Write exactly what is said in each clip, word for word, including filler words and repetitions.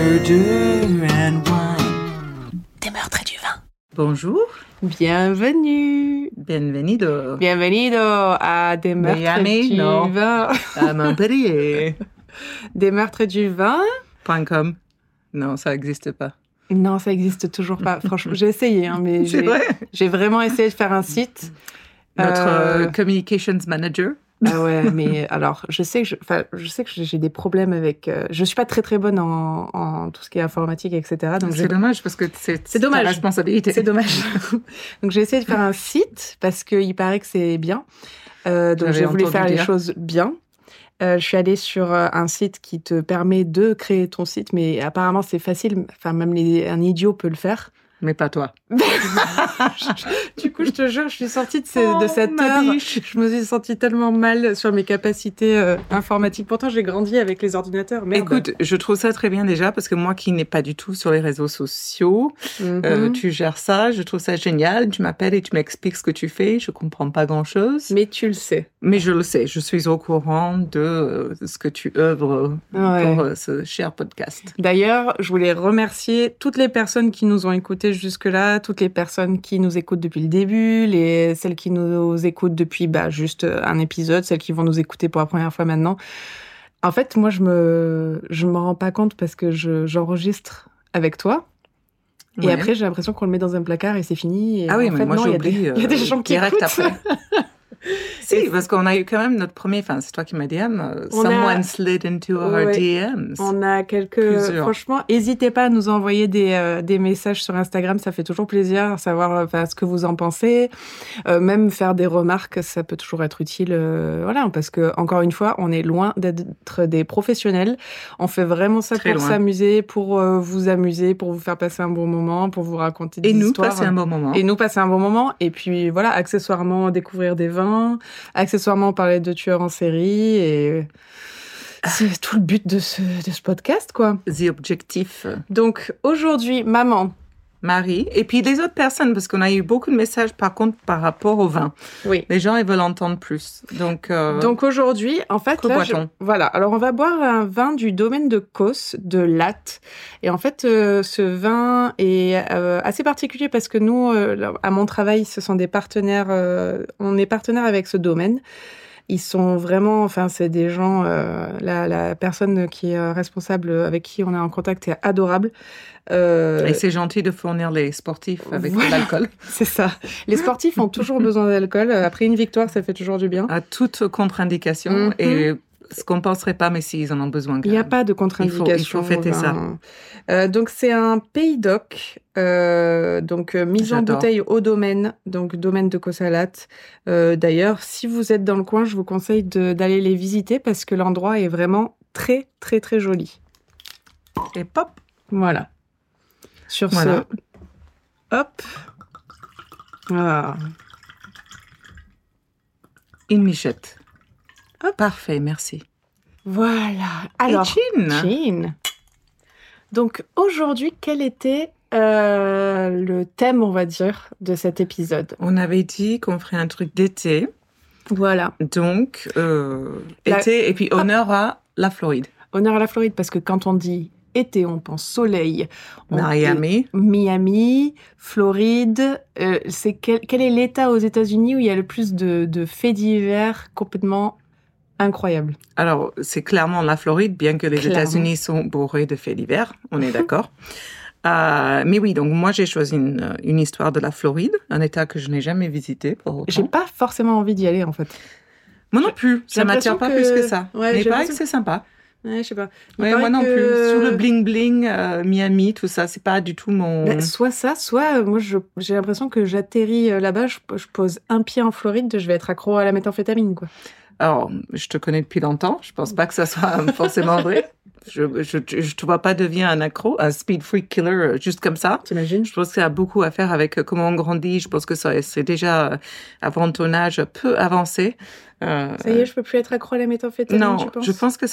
Murder and Wine. Des meurtres et du vin. Bonjour. Bienvenue. Bienvenido. Bienvenido à Des meurtres Miami, et du non. vin. À Montpellier. Des meurtres et du vin. .com. Non, ça n'existe pas. Non, ça n'existe toujours pas. Franchement, j'ai essayé, hein, mais C'est j'ai, vrai. j'ai vraiment essayé de faire un site. Notre Euh, euh, communications manager. Ah ouais, mais alors, je sais que je, enfin, je sais que j'ai des problèmes avec. Euh, je suis pas très très bonne en, en tout ce qui est informatique, et cetera. Donc C'est j'ai- dommage parce que c'est, C'est dommage. ta responsabilité. c'est dommage. Donc j'ai essayé de faire un site parce qu'il paraît que c'est bien. Euh, donc J'avais j'ai voulu entendu faire les dire. choses bien. Euh, je suis allée sur euh, un site qui te permet de créer ton site, mais apparemment c'est facile. Enfin, même les, un idiot peut le faire. Mais pas toi. Du coup, je te jure, je suis sortie de, ce- Oh, de cette ma heure. biche. Je me suis sentie tellement mal sur mes capacités euh, informatiques. Pourtant, j'ai grandi avec les ordinateurs. Merde. Écoute, je trouve ça très bien déjà parce que moi qui n'ai pas du tout sur les réseaux sociaux, Mhm. euh, tu gères ça, je trouve ça génial. Tu m'appelles et tu m'expliques ce que tu fais. Je comprends pas grand-chose. Mais tu le sais. Mais je le sais, je suis au courant de euh, ce que tu œuvres Ouais. pour euh, ce cher podcast. D'ailleurs, je voulais remercier toutes les personnes qui nous ont écoutés jusque-là, toutes les personnes qui nous écoutent depuis le début, les celles qui nous écoutent depuis bah, juste un épisode, celles qui vont nous écouter pour la première fois maintenant. En fait, moi, je me je me rends pas compte parce que je, j'enregistre avec toi. Et Ouais. après, j'ai l'impression qu'on le met dans un placard et c'est fini. Et Ah oui, en mais fait, moi non, il y a j'oublie des- il y a des euh, gens qui direct écoutent. après. Si, parce qu'on a eu quand même notre premier, enfin c'est toi qui m'as D M, euh, On a- someone slid into our Ouais. D Ms. On a quelques... Plusieurs. Franchement, n'hésitez pas à nous envoyer des, euh, des messages sur Instagram, ça fait toujours plaisir, savoir euh, enfin, ce que vous en pensez. Euh, même faire des remarques, ça peut toujours être utile. euh, voilà, parce que encore une fois, on est loin d'être des professionnels. On fait vraiment ça Très pour loin. s'amuser, pour euh, vous amuser, pour vous faire passer un bon moment, pour vous raconter des Et nous, histoires. passer un bon moment. Et nous passer un bon moment. Et puis voilà, accessoirement découvrir des vins, accessoirement parler de tueurs en série. Et c'est tout le but de ce, de ce podcast, quoi. The objectif, euh, Donc aujourd'hui, maman. Marie, et puis les autres personnes, parce qu'on a eu beaucoup de messages par contre par rapport au vin. Oui. Les gens, ils veulent entendre plus. Donc, euh, Donc aujourd'hui, en fait, que là, je- boit-on voilà. Alors on va boire un vin du domaine de Causse, de Latte. Et en fait, euh, ce vin est euh, assez particulier parce que nous, euh, à mon travail, ce sont des partenaires. euh, on est partenaire avec ce domaine. Ils sont vraiment, enfin, c'est des gens. Euh, la, la personne qui est euh, responsable, avec qui on est en contact, est adorable. Euh, et c'est gentil de fournir les sportifs avec Voilà. de l'alcool. C'est ça. Les sportifs ont toujours besoin d'alcool. Après une victoire, ça fait toujours du bien. À toute contre-indication. Mhm. Et ce qu'on ne penserait pas, mais s'ils en ont besoin. quand Il n'y a même. pas de contre-indication. Il faut- il faut fêter ça. Enfin, euh, donc c'est un pays d'oc, euh, donc euh, mise en J'adore. bouteille au domaine, donc domaine de Cossalat. Euh, D'ailleurs, si vous êtes dans le coin, je vous conseille de- d'aller les visiter parce que l'endroit est vraiment très très très joli. Et pop. Voilà. Sur Voilà. ce, hop. Ah. Une michette. Hop. Parfait, merci. Voilà. Alors. et Chin. Chin. Donc aujourd'hui, quel était euh, le thème, on va dire, de cet épisode? On avait dit qu'on ferait un truc d'été. Voilà. Donc, euh, La- été, et puis honneur à la Floride. Honneur à la Floride, parce que quand on dit été, on pense soleil. On Miami. dit Miami, Floride. Euh, c'est quel, quel est l'État aux États-Unis où il y a le plus de, de faits divers complètement incroyables? Alors, c'est clairement la Floride, bien que les Clairement. États-Unis sont bourrés de faits divers. On est d'accord. Euh, mais oui, donc moi, j'ai choisi une, une histoire de la Floride, un État que je n'ai jamais visité. Pour autant. J'ai pas forcément envie d'y aller, en fait. Moi non plus. j'ai Ça m'attire l'impression pas que- plus que ça. Ouais, mais j'ai il paraît que l'impression- c'est sympa. Ouais, je sais pas. Il Ouais, paraît moi non que- plus. Sur le bling bling, euh, Miami, tout ça, c'est pas du tout mon. Ben, soit ça, soit euh, moi je- j'ai l'impression que j'atterris euh, là-bas, je, je pose un pied en Floride, je vais être accro à la méthamphétamine, quoi. Alors, je te connais depuis longtemps. Je pense pas que ça soit forcément vrai. Je, je, je te vois pas devenir un accro, un speed freak killer euh, juste comme ça. T'imagines? Je pense que ça a beaucoup à faire avec euh, comment on grandit. Je pense que ça, c'est déjà, euh, avant ton âge, peu avancé. Euh, Ça y est, je peux plus être accro à la méthamphétamine, non, tu penses? je pense que ça va.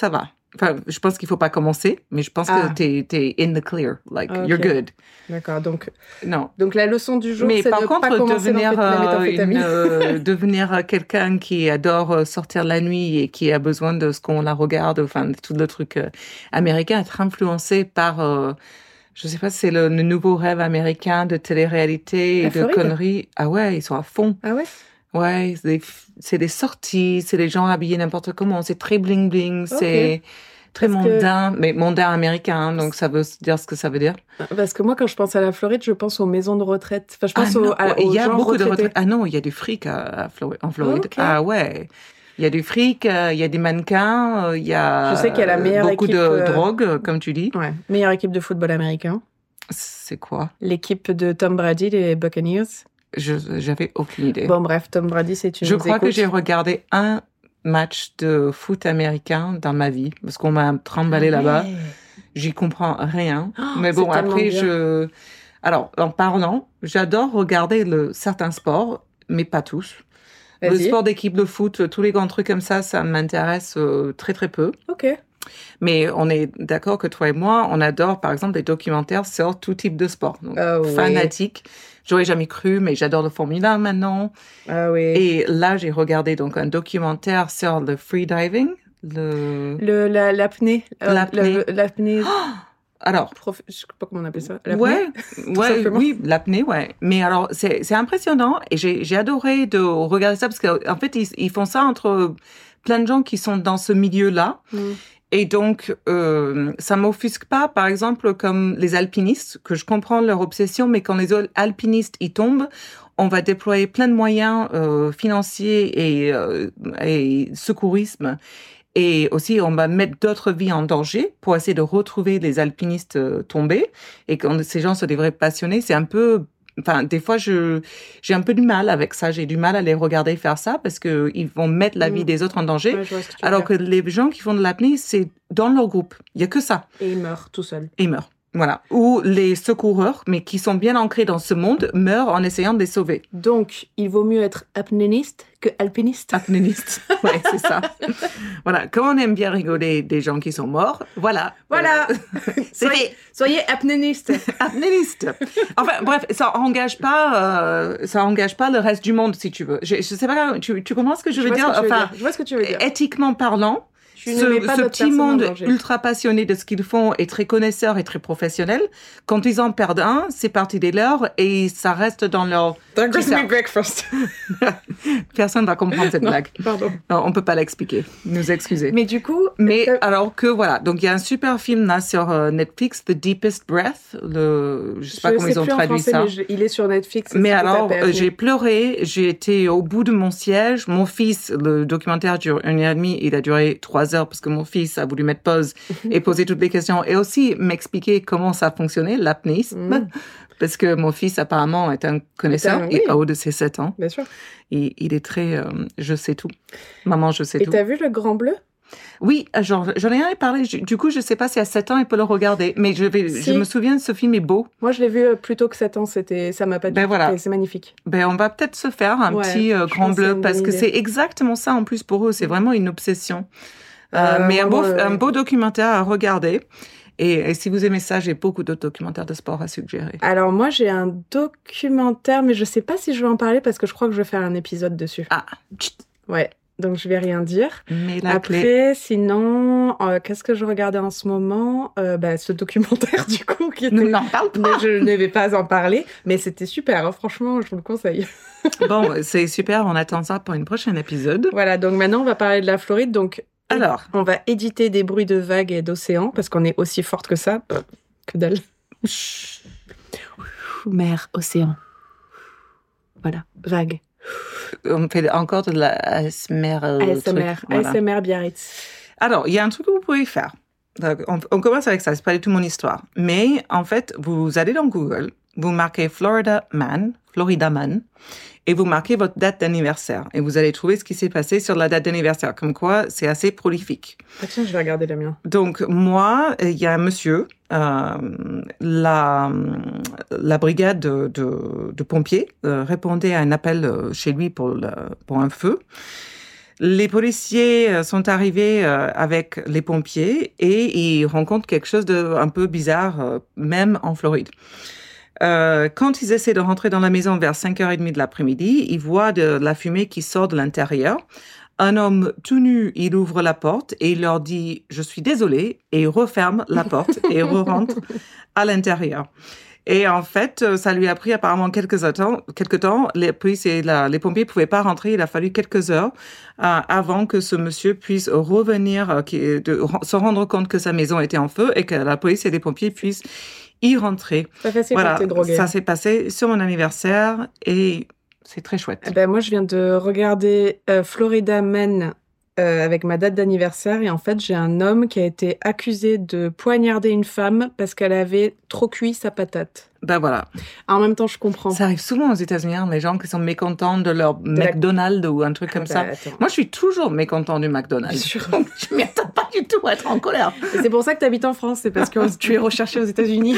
Enfin, je pense qu'il faut pas commencer, mais je pense Ah. que t'es, t'es in the clear. Like, Ah, ok. you're good. D'accord, donc, Non. donc la leçon du jour, Mais c'est par de ne contre, pas commencer devenir, dans la euh, méthamphétamine. une, euh, devenir quelqu'un qui adore euh, sortir la nuit et qui a besoin de ce qu'on la regarde, enfin, tout le truc euh, américain, être influencé par, euh, je sais pas si c'est le, le nouveau rêve américain de télé-réalité La et de Floride. conneries. Ah ouais, ils sont à fond. Ah ouais? Ouais, c'est des, c'est des sorties, c'est des gens habillés n'importe comment, c'est très bling-bling, c'est très Parce que- mondain, mais mondain américain, donc ça veut dire ce que ça veut dire. Parce que moi, quand je pense à la Floride, je pense aux maisons de retraite. Enfin, je pense Ah aux, non, à- ouais, il aux y a gens beaucoup de retraités. retraites. Ah non, il y a du fric à, à Flori- en Floride. Ok. Ah ouais. Il y a du fric, euh, il y a des mannequins, euh, il y a Je sais qu'il y a la meilleure beaucoup équipe, de euh, drogue, euh, comme tu dis. Ouais, meilleure équipe de football américain. C'est quoi? L'équipe de Tom Brady, les Buccaneers. Je j'avais aucune idée. Bon, bref, Tom Brady, c'est une Je crois que j'ai regardé un match de foot américain dans ma vie, parce qu'on m'a trimballé là-bas. J'y comprends rien. Oh, Mais c'est bon, tellement après, bien. je... Alors, en parlant, j'adore regarder le... certains sports, mais pas tous. Le Vas-y. sport d'équipe de foot, tous les grands trucs comme ça, ça m'intéresse euh, très très peu. Ok. Mais on est d'accord que toi et moi, on adore par exemple des documentaires sur tout type de sport. Donc, Ah oui. fanatique. J'aurais jamais cru, mais j'adore le Formule un maintenant. Ah oui. Et là, j'ai regardé donc un documentaire sur le freediving. Le... Le, la, l'apnée. euh, L'apnée. la- L'apnée. Alors, prof- Je sais pas comment on appelle ça. L'apnée. ouais, ouais, simplement. oui, l'apnée, ouais. Mais alors, c'est c'est impressionnant et j'ai j'ai adoré de regarder ça parce qu'en fait, ils, ils font ça entre plein de gens qui sont dans ce milieu-là. Mm. Et donc, euh, ça m'offusque pas, par exemple, comme les alpinistes, que je comprends leur obsession, mais quand les al- alpinistes y tombent, on va déployer plein de moyens euh, financiers et, euh, et secourisme. Et aussi, on va mettre d'autres vies en danger pour essayer de retrouver les alpinistes euh, tombés. Et quand ces gens se devraient passionner, c'est un peu... Enfin, des fois, je j'ai un peu du mal avec ça. J'ai du mal à les regarder faire ça parce que ils vont mettre la Mm. vie des autres en danger. Ouais, je vois ce que tu veux Alors que dire. les gens qui font de l'apnée, c'est dans leur groupe. Il y a que ça. Et il meurt tout seul. Et ils meurent. Voilà. Ou les secoureurs, mais qui sont bien ancrés dans ce monde, meurent en essayant de les sauver. Donc, il vaut mieux être apnéiste que alpiniste. Apnéistes. Ouais, c'est ça. Voilà. Comme on aime bien rigoler des gens qui sont morts, voilà. Voilà. Euh, c'est soyez, fait. soyez apnéiste. Apnéiste. Enfin, bref, ça engage pas, euh, ça engage pas le reste du monde, si tu veux. Je, je sais pas, tu, tu comprends ce que je veux vois dire? ce que tu veux Enfin, dire. Je vois ce que tu veux dire. éthiquement parlant, Tu ne ce, mets pas ce d'autres petit personnes en monde danger. ultra passionné de ce qu'ils font et très connaisseur et très professionnel, quand ils en perdent un, c'est parti des leurs et ça reste dans leur... That gives Super. me breakfast. Personne va comprendre cette Non, blague. pardon. Non, on peut pas l'expliquer. Nous excuser. Mais du coup, Mais t'as- alors que voilà, donc il y a un super film là sur euh, Netflix, The Deepest Breath, le, je sais pas comment sais ils ont plus en traduit français, ça. mais je- il est sur Netflix. Mais si tu alors, tapes euh, apnée. j'ai pleuré, j'ai été au bout de mon siège. Mon fils, le documentaire dure une heure et demie, il a duré trois heures parce que mon fils a voulu mettre pause et poser toutes les questions et aussi m'expliquer comment ça fonctionnait, l'apnéisme. Mm. Parce que mon fils, apparemment, est un connaisseur, Est un- et oui. à haut de ses sept ans. Bien sûr. Et il est très, euh, je sais tout. Maman, je sais Et tout. t'as vu le Grand Bleu? Oui, genre, j'en ai rien parlé. Je- Du coup, je sais pas si à sept ans, il peut le regarder. Mais je vais, Si. je me souviens, ce film est beau. Moi, je l'ai vu euh, plus tôt que sept ans. C'était, ça m'a pas dit. Ben voilà. C'est magnifique. Ben, on va peut-être se faire un Ouais, petit euh, je grand pense que c'est bleu une parce bonne que idée. c'est exactement ça en plus pour eux. C'est vraiment une obsession. Euh, Euh, mais un beau, vraiment, euh, un beau documentaire à regarder. Et, et si vous aimez ça, j'ai beaucoup d'autres documentaires de sport à suggérer. Alors moi, j'ai un documentaire, mais je sais pas si je vais en parler parce que je crois que je vais faire un épisode dessus. Ah, tchit, Ouais. Donc je vais rien dire. mais la clé. Après, sinon, euh, qu'est-ce que je regardais en ce moment? Euh, bah, ce documentaire du coup qui était. Ne m'en parle pas. Mais je ne vais pas en parler, mais c'était super. Hein, franchement, je vous le conseille. Bon, c'est super. On attend ça pour une prochaine épisode. Voilà. Donc maintenant, on va parler de la Floride. Donc Alors, on va éditer des bruits de vagues et d'océan parce qu'on est aussi forte que ça. Que dalle. Mer, océan. Voilà. Vague. on fait encore de la A S M R. euh, A S M R. truc, voilà. A S M R Biarritz. Alors, il y a un truc que vous pouvez faire. Donc, on, on commence avec ça, c'est pas du tout mon histoire. Mais en fait, vous allez dans Google, vous marquez Florida Man, Florida Man, et vous marquez votre date d'anniversaire. Et vous allez trouver ce qui s'est passé sur la date d'anniversaire. Comme quoi, c'est assez prolifique. Ah tiens, je vais regarder le mien. Donc, moi, il y a un monsieur, euh, la, la brigade de, de, de pompiers euh, répondait à un appel euh, chez lui pour, le, pour un feu. Les policiers euh, sont arrivés euh, avec les pompiers et ils rencontrent quelque chose de un peu bizarre, euh, même en Floride. Euh, quand ils essaient de rentrer dans la maison vers cinq heures trente de l'après-midi, ils voient de la fumée qui sort de l'intérieur. Un homme tout nu, il ouvre la porte et il leur dit « Je suis désolé » et il referme la porte et re-rentre à l'intérieur. Et en fait, ça lui a pris apparemment quelques temps. Quelques temps. Les polices et la, les pompiers ne pouvaient pas rentrer. Il a fallu quelques heures euh, avant que ce monsieur puisse revenir, euh, qui, de, se rendre compte que sa maison était en feu et que la police et les pompiers puissent y rentrer. Ça fait voilà, quand t'es drogué. Ça s'est passé sur mon anniversaire et c'est très chouette. Eh ben, moi, je viens de regarder euh, Florida Man euh, avec ma date d'anniversaire et en fait, j'ai un homme qui a été accusé de poignarder une femme parce qu'elle avait trop cuit sa patate. Ben voilà. En même temps, je comprends. Ça arrive souvent aux États-Unis, hein, les gens qui sont mécontents de leur McDonald's ou un truc comme bah, ça. Attends. Moi, je suis toujours mécontent du McDonald's. Sûr. Donc, je m'y attends pas du tout à être en colère. Et c'est pour ça que tu habites en France, c'est parce que tu es recherché aux États-Unis.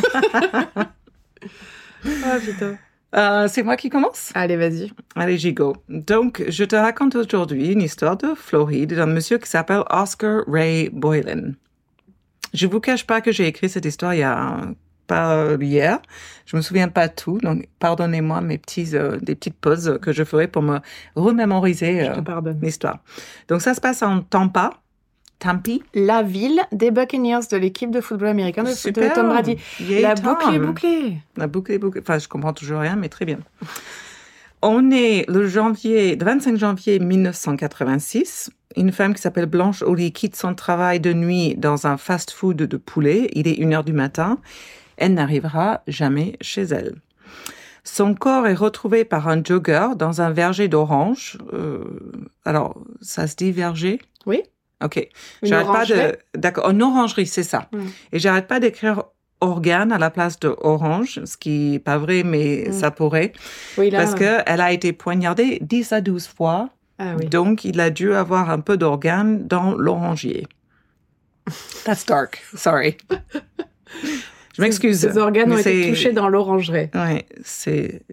Ah putain. Euh, c'est moi qui commence? Allez, vas-y. Allez, j'y go. Donc, je te raconte aujourd'hui une histoire de Floride d'un monsieur qui s'appelle Oscar Ray Boylan. Je vous cache pas que j'ai écrit cette histoire il y a pas hier. Je me souviens pas tout, donc pardonnez-moi mes petits euh, des petites pauses que je ferai pour me remémoriser euh, l'histoire. Donc ça se passe en Tampa. Tampi. La ville des Buccaneers de l'équipe de football américain de, Super. de Tom Brady. Yay, La Tom. boucle est bouclée. La boucle est bouclée. Enfin, je comprends toujours rien, mais très bien. On est le janvier, le vingt-cinq janvier mille neuf cent quatre-vingt-six. Une femme qui s'appelle Blanche Holly quitte son travail de nuit dans un fast-food de poulet. Il est une heure du matin. Elle n'arrivera jamais chez elle. Son corps est retrouvé par un jogger dans un verger d'orange. Euh, alors, ça se dit verger? Oui. OK. Une J'arrête pas orangerie. de, d'accord, une orangerie, c'est ça. Mm. Et j'arrête pas d'écrire organe à la place de orange, ce qui n'est pas vrai, mais Mm. ça pourrait. Oui, là. Parce que elle a été poignardée dix à douze fois. Ah oui. Donc, il a dû avoir un peu d'organe dans l'orangier. That's dark. Sorry. Je m'excuse. Ces organes mais ont été c'est- touchés dans l'orangerie. Ouais, c'est...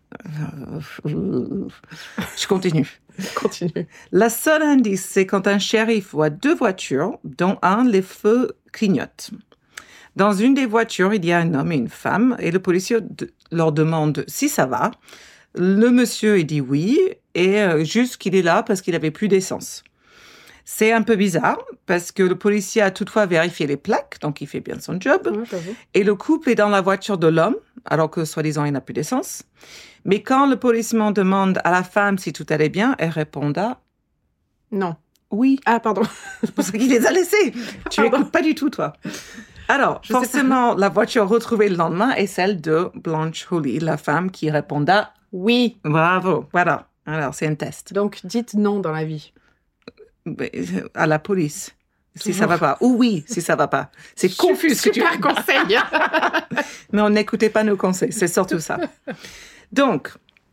Je continue. Continue. La seule indice, c'est quand un shérif voit deux voitures, dont un, les feux clignotent. Dans une des voitures, il y a un homme et une femme, et le policier de- leur demande si ça va. Le monsieur, il dit oui, et euh, juste qu'il est là parce qu'il avait plus d'essence. C'est un peu bizarre, parce que le policier a toutefois vérifié les plaques, donc il fait bien son job. Ouais, j'avoue. Et le couple est dans la voiture de l'homme, alors que soi-disant il n'a plus d'essence. Mais quand le policier demande à la femme si tout allait bien, elle répondra Non. oui. Ah, pardon. C'est pour ça qu'il les a laissés. Tu Pardon. écoutes pas du tout, toi. Alors, Je sais forcément, la voiture retrouvée le lendemain est celle de Blanche Holly, la femme qui répondra Oui. bravo. Voilà. Alors, c'est un test. Donc, dites non dans la vie. Mais, euh, À la police. Si Toujours. ça va pas. Ou oui, si ça va pas. C'est confus ce que tu Super conseil. Mais on n'écoutait pas nos conseils, c'est surtout ça. Donc,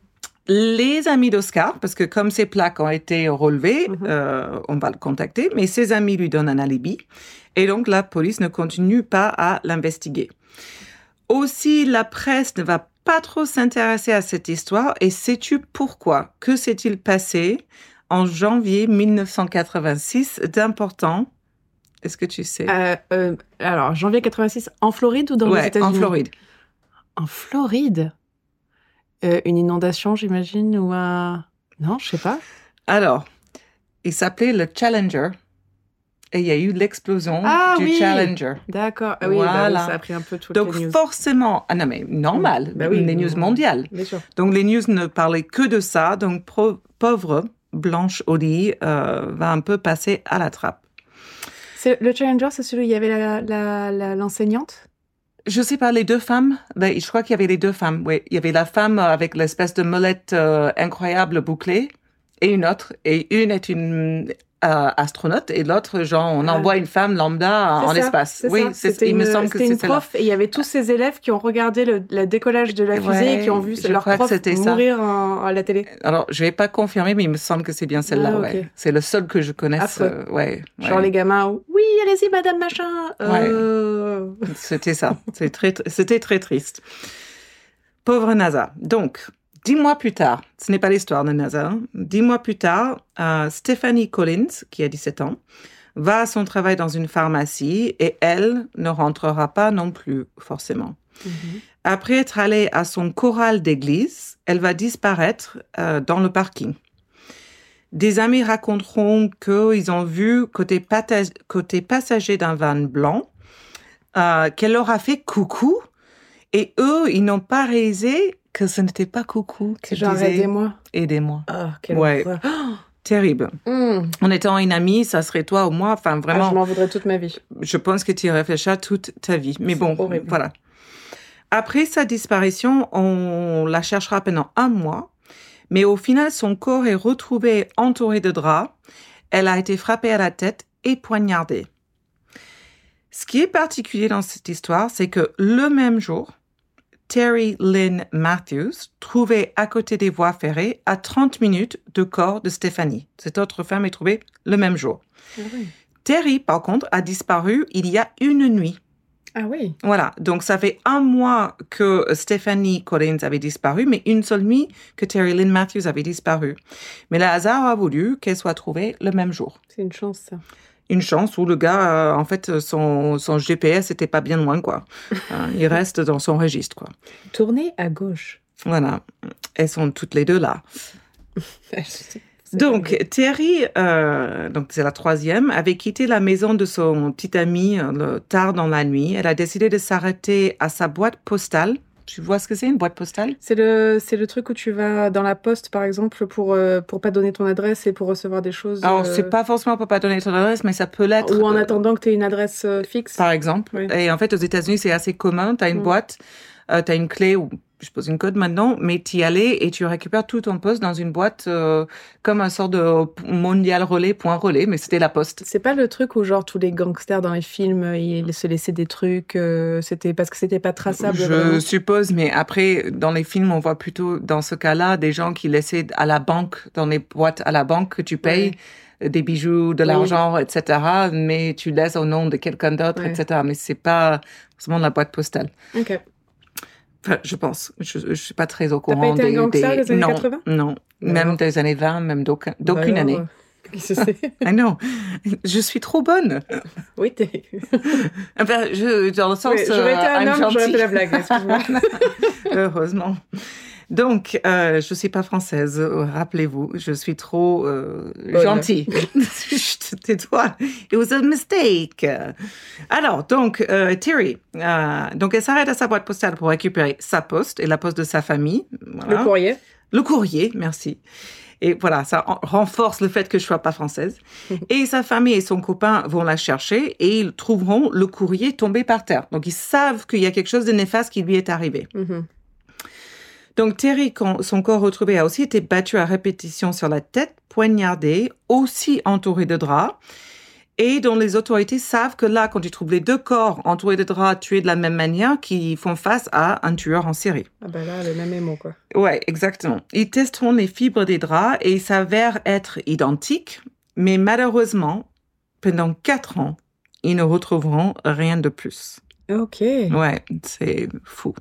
les amis d'Oscar, parce que comme ses plaques ont été relevées, Mhm. euh, on va le contacter, mais ses amis lui donnent un alibi. Et donc, la police ne continue pas à l'investiguer. Aussi, la presse ne va pas trop s'intéresser à cette histoire. Et sais-tu pourquoi? Que s'est-il passé en janvier mille neuf cent quatre-vingt-six d'important? Est-ce que tu sais? Euh, euh, alors, janvier quatre-vingt-six, en Floride ou dans les Ouais, États-Unis? en Floride. En Floride Euh, Une inondation, j'imagine, ou un... Non, je sais pas. Alors, il s'appelait le Challenger et il y a eu l'explosion Ah du oui. Challenger. D'accord. Ah oui, bah oui, Voilà. ça a pris un peu toutes Donc les news. forcément, ah non mais normal, Bah oui, les news non. mondiales. Bien sûr. Donc les news ne parlaient que de ça. Donc pro- pauvre Blanche Holly euh, va un peu passer à la trappe. C'est, le Challenger, c'est celui où il y avait la, la, la- l'enseignante? Je sais pas, les deux femmes, ben, je crois qu'il y avait les deux femmes. Oui, il y avait la femme avec l'espèce de molette euh, incroyable bouclée et une autre. Et une est une euh, astronaute et l'autre, genre, on Ah. envoie une femme lambda C'est en ça, l'espace. c'est Oui, ça. c'est, C'était il me une- semble que c'était c'est une celle-là. prof et il y avait tous ces élèves qui ont regardé le, le décollage de la fusée Ouais, et qui ont vu je leur crois que prof c'était ça. mourir en- à la télé. Alors, je vais pas confirmer, mais il me semble que c'est bien celle-là. Ah, ok. Ouais. C'est le seul que je connaisse. Affreux. euh, ouais, Genre ouais. les gamins, où, oui, allez-y, madame machin. Euh... C'était ça. C'est très, tr- c'était très triste. Pauvre NASA. Donc, Dix mois plus tard, ce n'est pas l'histoire de NASA, hein. Dix mois plus tard, euh, Stephanie Collins, qui a dix-sept ans, va à son travail dans une pharmacie et elle ne rentrera pas non plus, forcément. Mm-hmm. Après être allée à son choral d'église, elle va disparaître euh, dans le parking. Des amis raconteront qu'ils ont vu côté, pata- côté passager d'un van blanc euh, qu'elle leur a fait coucou et eux, ils n'ont pas réalisé que ce n'était pas coucou. C'est genre disait, aidez-moi. Aidez-moi. Ah, oh, quelle ouais. horreur. Oh, terrible. Mm. En étant une amie, ça serait toi ou moi. Enfin, vraiment. Ah, je m'en voudrais toute ma vie. Je pense que tu y réfléchiras toute ta vie. Mais c'est bon, horrible. Voilà. Après sa disparition, on la cherchera pendant un mois. Mais au final, son corps est retrouvé entouré de draps. Elle a été frappée à la tête et poignardée. Ce qui est particulier dans cette histoire, c'est que le même jour, Terry Lynn Matthews trouvait à côté des voies ferrées à trente minutes de corps de Stephanie. Cette autre femme est trouvée le même jour. Ah oui. Terry, par contre, a disparu il y a une nuit. Ah oui. Voilà, donc ça fait un mois que Stephanie Collins avait disparu, mais une seule nuit que Terry Lynn Matthews avait disparu. Mais le hasard a voulu qu'elle soit trouvée le même jour. C'est une chance, ça. Une chance où le gars, euh, en fait, son, son G P S était pas bien loin, quoi. euh, il reste dans son registre, quoi. Tournez à gauche. Voilà, elles sont toutes les deux là. Donc, Terry, euh, donc c'est la troisième, avait quitté la maison de son petit ami euh, tard dans la nuit. Elle a décidé de s'arrêter à sa boîte postale. Tu vois ce que c'est, une boîte postale? C'est le, c'est le truc où tu vas dans la poste, par exemple, pour euh, pour pas donner ton adresse et pour recevoir des choses. Alors, euh... c'est pas forcément pour pas donner ton adresse, mais ça peut l'être. Ou en attendant que tu aies une adresse euh, fixe. Par exemple. Oui. Et en fait, aux États-Unis, c'est assez commun. Tu as une mmh. boîte, euh, tu as une clé ou je pose une code maintenant, mais tu y allais et tu récupères tout ton poste dans une boîte euh, comme un sort de mondial relais, point relais, mais c'était la poste. C'est pas le truc où genre tous les gangsters dans les films, ils se laissaient des trucs, euh, c'était parce que c'était pas traçable. Je vraiment. suppose, mais après, dans les films, on voit plutôt dans ce cas-là des gens qui laissaient à la banque, dans les boîtes à la banque que tu payes, ouais. des bijoux, de oui. l'argent, et cetera, mais tu laisses au nom de quelqu'un d'autre, ouais. et cetera. Mais c'est pas forcément la boîte postale. Ok. Enfin, je pense. Je ne suis pas très au courant. T'as pas été des, un gangster des... des années non, quatre-vingts? Non, bah même alors. des années vingt, même d'aucun, d'aucune bah année. Qu'est-ce que c'est? Ah non, je suis trop bonne. Oui, t'es... Enfin, je, dans le sens... Oui, j'aurais été un euh, homme, j'aurais fait la blague, excuse-moi. Heureusement. Donc, euh, je ne suis pas française, rappelez-vous. Je suis trop euh, gentille. Tais-toi. It was a mistake. Alors, donc, euh, Terry, euh, donc elle s'arrête à sa boîte postale pour récupérer sa poste et la poste de sa famille. Voilà. Le courrier. Le courrier, merci. Et voilà, ça renforce le fait que je ne sois pas française. Et sa famille et son copain vont la chercher et ils trouveront le courrier tombé par terre. Donc, ils savent qu'il y a quelque chose de néfaste qui lui est arrivé. Mm-hmm. Donc, Terry, quand son corps retrouvé, a aussi été battu à répétition sur la tête, poignardé, aussi entouré de draps. Et dont les autorités savent que là, quand tu trouves les deux corps entourés de draps, tués de la même manière, qu'ils font face à un tueur en série. Ah ben là, le même émo, quoi. Ouais, exactement. Ils testeront les fibres des draps et ils s'avèrent être identiques, mais malheureusement, pendant quatre ans, ils ne retrouveront rien de plus. Ok. Ouais, c'est fou.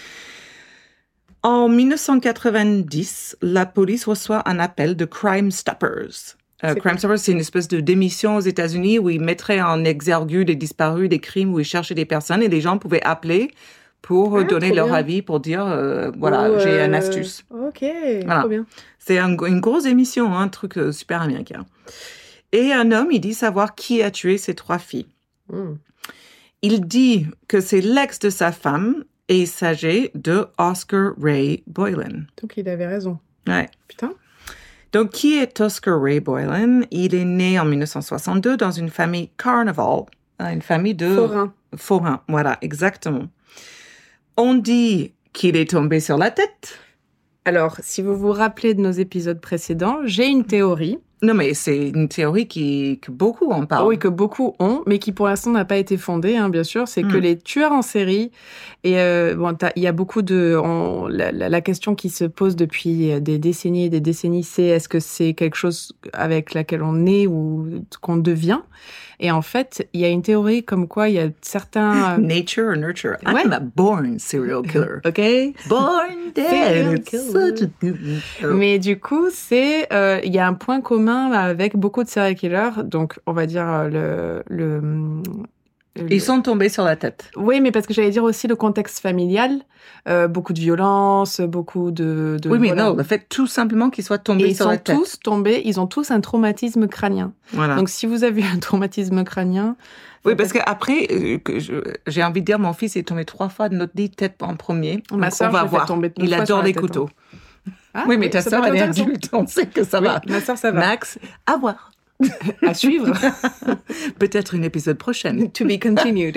En dix-neuf cent quatre-vingt-dix, la police reçoit un appel de Crime Stoppers. Euh, Crime Stoppers, c'est une espèce de démission aux États-Unis où ils mettraient en exergue des disparus, des crimes, où ils cherchaient des personnes et les gens pouvaient appeler pour ah, donner leur bien. avis, pour dire, euh, voilà, oh, j'ai euh... une astuce. Ok, voilà. Trop bien. C'est un, une grosse émission, un truc euh, super américain. Et un homme, il dit savoir qui a tué ses trois filles. Mm. Il dit que c'est l'ex de sa femme et il s'agit de Oscar Ray Boylan. Donc, il avait raison. Ouais. Putain. Donc, qui est Oscar Ray Boylan? Il est né en dix-neuf cent soixante-deux dans une famille Carnival, une famille de... Forains. Forains, voilà, exactement. On dit qu'il est tombé sur la tête. Alors, si vous vous rappelez de nos épisodes précédents, j'ai une théorie. Non, mais c'est une théorie qui, que beaucoup en parlent. Oui, que beaucoup ont, mais qui pour l'instant n'a pas été fondée, hein, bien sûr. C'est mm. que les tueurs en série, et euh, bon, il y a beaucoup de... On, la, la, la question qui se pose depuis des décennies et des décennies, c'est est-ce que c'est quelque chose avec laquelle on est ou qu'on devient? Et en fait, il y a une théorie comme quoi il y a certains... Nature or nurture? Ouais. I'm a born serial killer. OK? Born dead. Such a good show. Mais du coup, c'est... Euh, il y a un point commun avec beaucoup de serial killers. Donc, on va dire le... le Ils sont tombés sur la tête. Oui, mais parce que j'allais dire aussi le contexte familial, euh, beaucoup de violence, beaucoup de... de oui, mais voilà. non, le fait tout simplement qu'ils soient tombés Et sur la tête. Ils sont tous tombés, ils ont tous un traumatisme crânien. Voilà. Donc, si vous avez un traumatisme crânien... Oui, parce qu'après, euh, que je, j'ai envie de dire, mon fils est tombé trois fois de notre lit tête en premier. Ma donc sœur, on va je voir. Tomber Il adore les tête, couteaux. Hein. Ah, oui, mais ta sœur, elle est adulte, on sait que ça oui, va. Ma sœur, ça va. Max, à voir. À suivre. Peut-être une épisode prochaine. To be continued.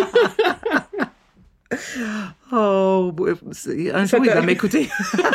Oh, un jour, il va m'écouter.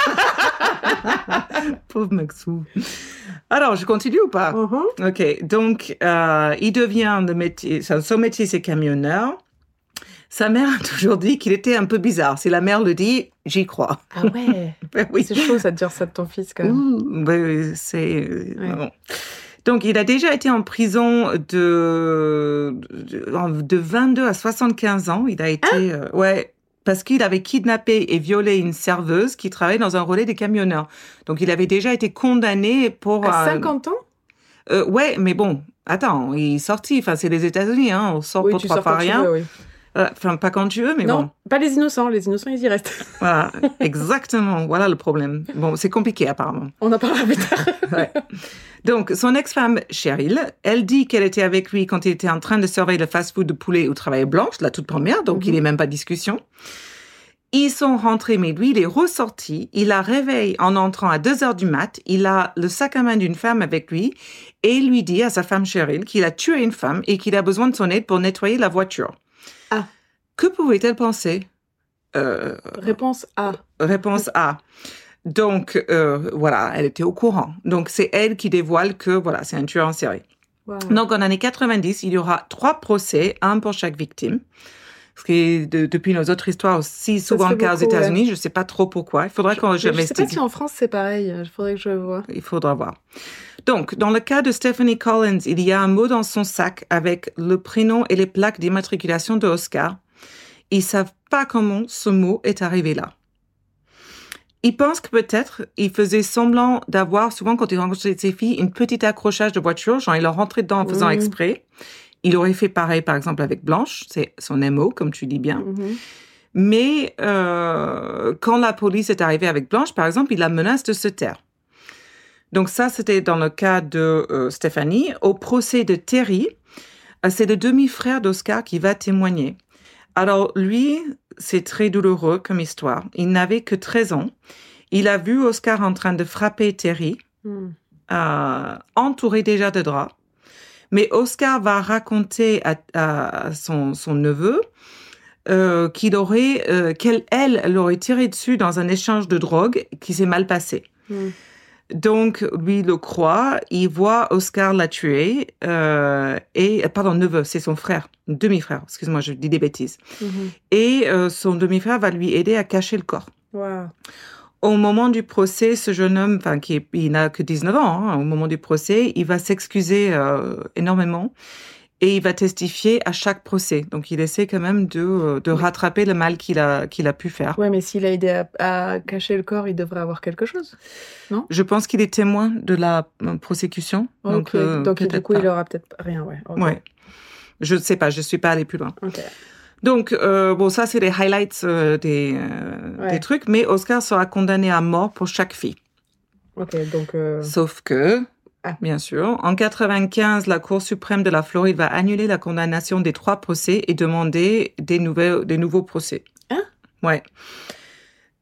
Pauvre Maxou. Alors, je continue ou pas? Uh-huh. OK. Donc, euh, il devient de métier, son métier, c'est camionneur. Sa mère a toujours dit qu'il était un peu bizarre. Si la mère le dit, j'y crois. Ah ouais. Ben oui. C'est chaud, ça, de dire ça de ton fils, quand même. Ouh, ben, c'est... Ouais. Bon. Donc, il a déjà été en prison de, de, de vingt-deux à soixante-quinze ans. Il a été... Ah euh, ouais, parce qu'il avait kidnappé et violé une serveuse qui travaillait dans un relais des camionneurs. Donc, il avait déjà été condamné pour... À euh, cinquante ans? euh, Ouais, mais bon, attends, il est sorti. Enfin, c'est les États-Unis, hein. On sort oui, pour tu trois sors fois quand rien. Tu veux, oui. Enfin, pas quand tu veux, mais non, bon. Pas les innocents. Les innocents, ils y restent. Voilà, exactement. Voilà le problème. Bon, c'est compliqué, apparemment. On en parlera plus tard. Ouais. Donc, son ex-femme, Cheryl, elle dit qu'elle était avec lui quand il était en train de surveiller le fast-food de poulet où travaillait Blanche, la toute première, donc mm-hmm. il n'est même pas de discussion. Ils sont rentrés, mais lui, il est ressorti. Il la réveille en entrant à deux heures du mat. Il a le sac à main d'une femme avec lui et il lui dit à sa femme Cheryl qu'il a tué une femme et qu'il a besoin de son aide pour nettoyer la voiture. Ah. Que pouvait-elle penser? euh, Réponse A. Réponse A. Donc, euh, voilà, elle était au courant. Donc, c'est elle qui dévoile que, voilà, c'est un tueur en série. Wow. Donc, en années quatre-vingt-dix, il y aura trois procès, un pour chaque victime. Ce qui est, de, depuis nos autres histoires, aussi souvent le cas aux États-Unis. Ouais. Je ne sais pas trop pourquoi. Il faudrait qu'on je, je m'investigue. Je ne sais pas si en France, c'est pareil. Il faudrait que je vois. Il faudra voir. Donc, dans le cas de Stephanie Collins, il y a un mot dans son sac avec le prénom et les plaques d'immatriculation de Oscar. Ils ne savent pas comment ce mot est arrivé là. Ils pensent que peut-être il faisait semblant d'avoir, souvent quand il rencontrait ses filles, une petite accrochage de voiture, genre il leur rentrait dedans en faisant mmh. exprès. Il aurait fait pareil, par exemple, avec Blanche, c'est son M O, comme tu dis bien. Mmh. Mais euh, quand la police est arrivée avec Blanche, par exemple, il la menace de se taire. Donc ça, c'était dans le cas de euh, Stéphanie. Au procès de Terry, euh, c'est le demi-frère d'Oscar qui va témoigner. Alors lui, c'est très douloureux comme histoire. Il n'avait que treize ans. Il a vu Oscar en train de frapper Terry, mmh. euh, entouré déjà de draps. Mais Oscar va raconter à, à son, son neveu euh, qu'il aurait, euh, qu'elle, elle, l'aurait tiré dessus dans un échange de drogue qui s'est mal passé. Mmh. Donc, lui le croit, il voit Oscar la tuer, euh, et, pardon, neveu, c'est son frère, demi-frère, excuse-moi, je dis des bêtises. Mmh. Et euh, son demi-frère va lui aider à cacher le corps. Wow. Au moment du procès, ce jeune homme, enfin, qui est, il n'a que dix-neuf ans, hein, au moment du procès, il va s'excuser euh, énormément et il va testifier à chaque procès. Donc, il essaie quand même de, de rattraper le mal qu'il a, qu'il a pu faire. Ouais, mais s'il a aidé à, à cacher le corps, il devrait avoir quelque chose, non? Je pense qu'il est témoin de la prosécution. Okay. Donc, euh, donc du coup, pas. Il aura peut-être rien, ouais. Okay. Ouais. Je ne sais pas, je ne suis pas allée plus loin. Ok. Donc, euh, bon, ça, c'est les highlights euh, des, euh, ouais. des trucs, mais Oscar sera condamné à mort pour chaque fille. Ok, donc... Euh... Sauf que, ah. bien sûr, en quatre-vingt-quinze, la Cour suprême de la Floride va annuler la condamnation des trois procès et demander des, nouvelles, des nouveaux procès. Hein? Ouais.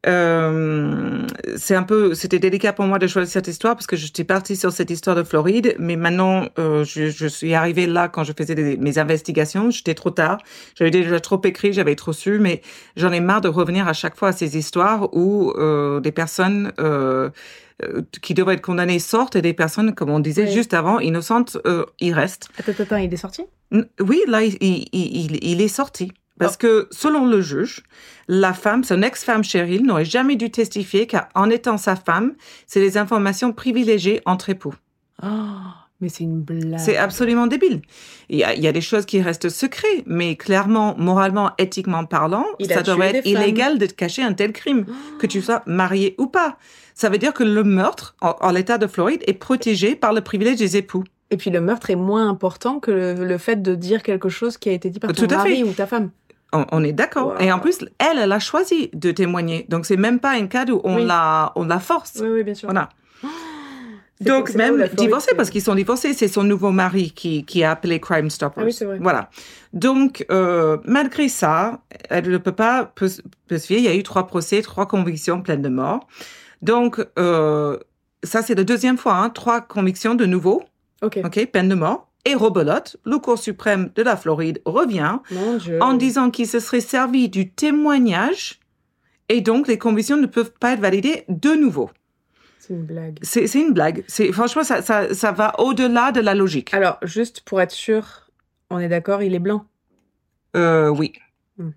Euh, c'est un peu, c'était délicat pour moi de choisir cette histoire parce que j'étais partie sur cette histoire de Floride, mais maintenant euh, je, je suis arrivée là quand je faisais des, mes investigations. J'étais trop tard, j'avais déjà trop écrit, j'avais trop su, mais j'en ai marre de revenir à chaque fois à ces histoires où euh, des personnes euh, qui devraient être condamnées sortent et des personnes, comme on disait oui. juste avant, innocentes, euh, y restent. Attends, attends, il est sorti ? Oui, là, il, il, il, il est sorti. Parce oh. que, selon le juge, la femme, son ex-femme Cheryl, n'aurait jamais dû testifier car, en étant sa femme, c'est des informations privilégiées entre époux. Oh, mais c'est une blague. C'est absolument débile. Il y a, il y a des choses qui restent secrets, mais clairement, moralement, éthiquement parlant, il ça devrait être illégal de cacher un tel crime, oh. que tu sois marié ou pas. Ça veut dire que le meurtre, en, en l'état de Floride, est protégé par le privilège des époux. Et puis le meurtre est moins important que le, le fait de dire quelque chose qui a été dit par ton Tout à mari fait. ou ta femme. On, on est d'accord. Wow. Et en plus, elle, elle a choisi de témoigner. Donc, c'est même pas un cas où on, oui. la, on la force. Oui, oui, bien sûr. Voilà. Oh, donc, c'est même divorcés, parce qu'ils sont divorcés, c'est son nouveau mari qui, qui a appelé Crime Stoppers. Ah oui, c'est vrai. Voilà. Donc, euh, malgré ça, elle ne peut pas peut, peut se fier. Il y a eu trois procès, trois convictions pleines de morts. Donc, euh, ça, c'est la deuxième fois, hein, trois convictions de nouveau. OK. OK, peine de mort. Et rebelote, le Cour suprême de la Floride revient en disant qu'il se serait servi du témoignage et donc les convictions ne peuvent pas être validées de nouveau. C'est une blague. C'est, c'est une blague. C'est, franchement, ça, ça, ça va au-delà de la logique. Alors, juste pour être sûr, on est d'accord, il est blanc ? Euh, oui. Hmm.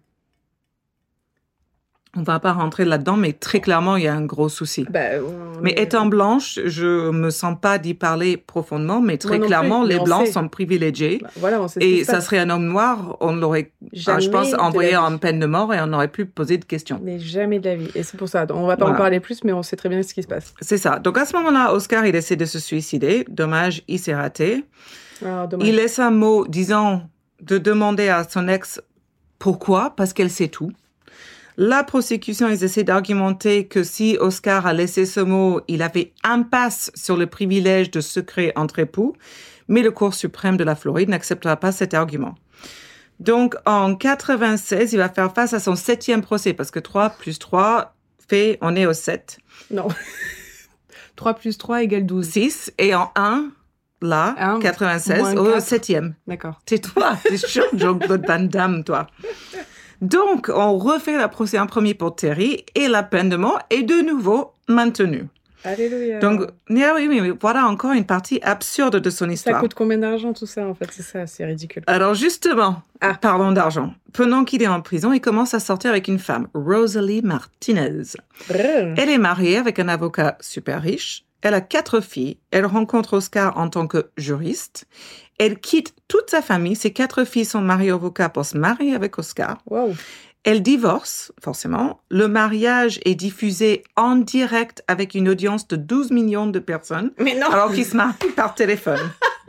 On va pas rentrer là-dedans, mais très clairement, il y a un gros souci. Bah, mais est... étant blanche, je me sens pas d'y parler profondément, mais très clairement, plus, mais les blancs sait. sont privilégiés. Bah, voilà, on sait et ce ça serait un homme noir, on l'aurait, je pense, envoyé en peine de mort et on n'aurait plus posé de questions. Mais jamais de la vie. Et c'est pour ça. On va pas voilà. en parler plus, mais on sait très bien ce qui se passe. C'est ça. Donc à ce moment-là, Oscar, il essaie de se suicider. Dommage, il s'est raté. Ah, dommage. Il laisse un mot disant de demander à son ex pourquoi, parce qu'elle sait tout. La prosécution, ils essaient d'argumenter que si Oscar a laissé ce mot, il avait impasse sur le privilège de secret entre époux, mais le Cour suprême de la Floride n'acceptera pas cet argument. Donc, en quatre-vingt-seize, il va faire face à son septième procès, parce que trois plus trois fait, on est au sept. Non. trois plus trois égale douze. six, et en un, là, un, quatre-vingt-seize, au septième. D'accord. Tais-toi, t'es chaud, Jean-Claude Van Damme, toi. Donc, on refait le procès en premier pour Terry et la peine de mort est de nouveau maintenue. Alléluia. Donc, oui, oui, oui, voilà encore une partie absurde de son histoire. Ça coûte combien d'argent tout ça, en fait? C'est ça, c'est ridicule. Alors, justement, ah. parlons d'argent. Pendant qu'il est en prison, il commence à sortir avec une femme, Rosalie Martinez. Brrr. Elle est mariée avec un avocat super riche. Elle a quatre filles. Elle rencontre Oscar en tant que juriste. Elle quitte toute sa famille. Ses quatre filles sont mariées au avocat pour se marier avec Oscar. Wow. Elle divorce, forcément. Le mariage est diffusé en direct avec une audience de douze millions de personnes. Mais non. Alors qu'ils se marient par téléphone.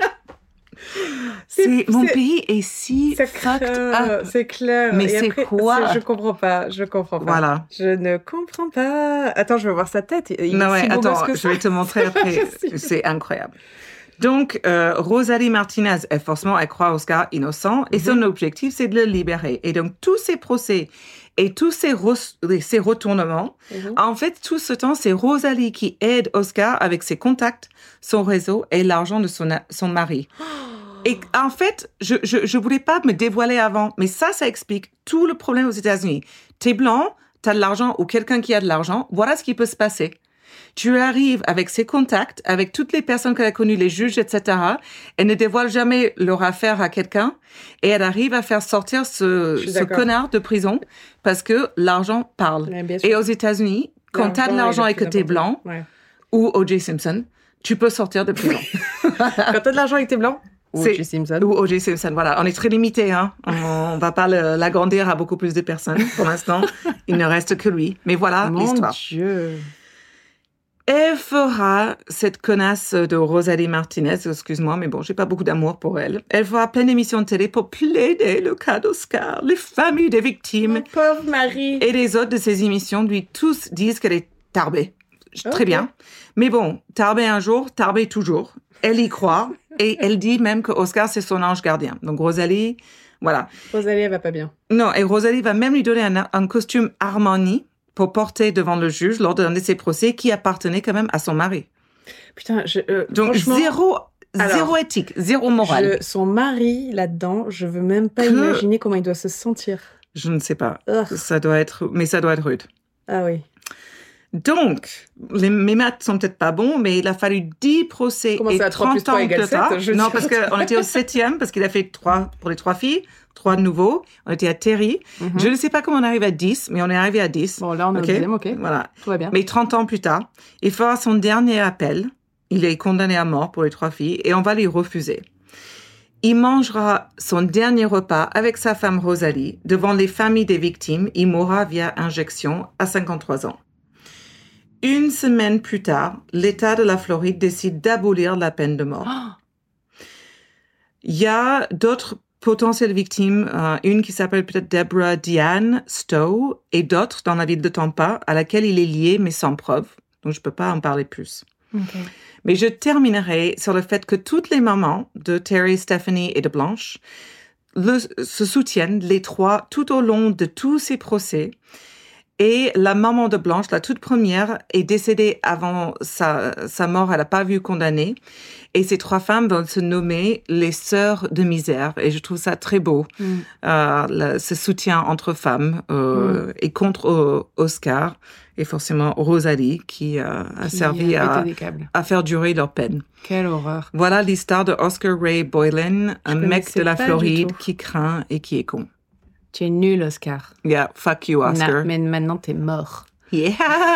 c'est, c'est, mon c'est, pays est si c'est fucked clair, up. C'est clair. Mais Et c'est après, quoi? c'est, Je comprends pas. Je comprends pas. Voilà. Je ne comprends pas. Attends, je veux voir sa tête. Il non, est ouais, si attends, que je vais te montrer après. C'est incroyable. Donc, euh, Rosalie Martinez, elle, forcément, elle croit Oscar innocent et mm-hmm. son objectif, c'est de le libérer. Et donc, tous ces procès et tous ces, re- ces retournements, mm-hmm. en fait, tout ce temps, c'est Rosalie qui aide Oscar avec ses contacts, son réseau et l'argent de son, son mari. Et en fait, je, je, je voulais pas me dévoiler avant, mais ça, ça explique tout le problème aux États-Unis. T'es blanc, t'as de l'argent ou quelqu'un qui a de l'argent, voilà ce qui peut se passer. Tu arrives avec ses contacts, avec toutes les personnes qu'elle a connues, les juges, et cetera. Elle ne dévoile jamais leur affaire à quelqu'un et elle arrive à faire sortir ce, ce connard de prison parce que l'argent parle. Et aux États-Unis, quand tu as de l'argent et que tu es blanc, ouais. ou O J Simpson, tu peux sortir de prison. Quand tu as de l'argent et que tu es blanc, ou O J Simpson. Ou O J Simpson, voilà. On est très limité, hein. On ne va pas le, l'agrandir à beaucoup plus de personnes pour l'instant. Il ne reste que lui. Mais voilà Mon l'histoire. Mon Dieu. Elle fera cette connasse de Rosalie Martinez, excuse-moi, mais bon, j'ai pas beaucoup d'amour pour elle. Elle fera plein d'émissions de télé pour plaider le cas d'Oscar, les familles des victimes. Mon pauvre mari. Et les autres de ces émissions, lui, tous disent qu'elle est tarbée. Okay. Très bien. Mais bon, tarbée un jour, tarbée toujours. Elle y croit et elle dit même que Oscar, c'est son ange gardien. Donc Rosalie, voilà. Rosalie, elle va pas bien. Non, et Rosalie va même lui donner un, un costume Armani pour porter devant le juge lors d'un de ses procès qui appartenait quand même à son mari. Putain, je, euh, Donc, franchement, zéro, alors, zéro éthique, zéro morale. je- son mari, là-dedans, je veux même pas Que- imaginer comment il doit se sentir. Je ne sais pas. Ugh. Ça doit être, mais ça doit être rude. Ah oui. Donc, les, mes maths sont peut-être pas bons, mais il a fallu dix procès Comment et ça, trois plus trente ans trois égale plus tard. sept, je Non, sais parce pas. qu'on était au septième, parce qu'il a fait trois pour les trois filles, trois de nouveau. On était à Terry. Mhm. Je ne sais pas comment on arrive à dix, mais on est arrivé à dix. Bon, là, on est Ok. au deuxième, ok. Voilà. Tout va bien. Mais trente ans plus tard, il fera son dernier appel. Il est condamné à mort pour les trois filles et on va lui refuser. Il mangera son dernier repas avec sa femme Rosalie devant les familles des victimes. Il mourra via injection à cinquante-trois ans. Une semaine plus tard, l'État de la Floride décide d'abolir la peine de mort. Oh, Il y a d'autres potentielles victimes, euh, une qui s'appelle peut-être Deborah Diane Stowe et d'autres dans la ville de Tampa à laquelle il est lié mais sans preuve. Donc je peux pas en parler plus. ok. Mais je terminerai sur le fait que toutes les mamans de Terry, Stephanie et de Blanche le, se soutiennent, les trois, tout au long de tous ces procès. Et la maman de Blanche, la toute première, est décédée avant sa, sa mort. Elle n'a pas vu condamnée. Et ces trois femmes vont se nommer les sœurs de misère. Et je trouve ça très beau, Mm. euh, le- ce soutien entre femmes euh, Mm. et contre euh, Oscar et forcément Rosalie qui euh, a Qui servi a à, pété des câbles. à faire durer leur peine. Quelle horreur. Voilà l'histoire de Oscar Ray Boylan, un mec connaissais de la pas du Floride tout. qui craint et qui est con. Tu es nul, Oscar. Yeah, fuck you, Oscar. Non, mais maintenant, t'es mort. Yeah!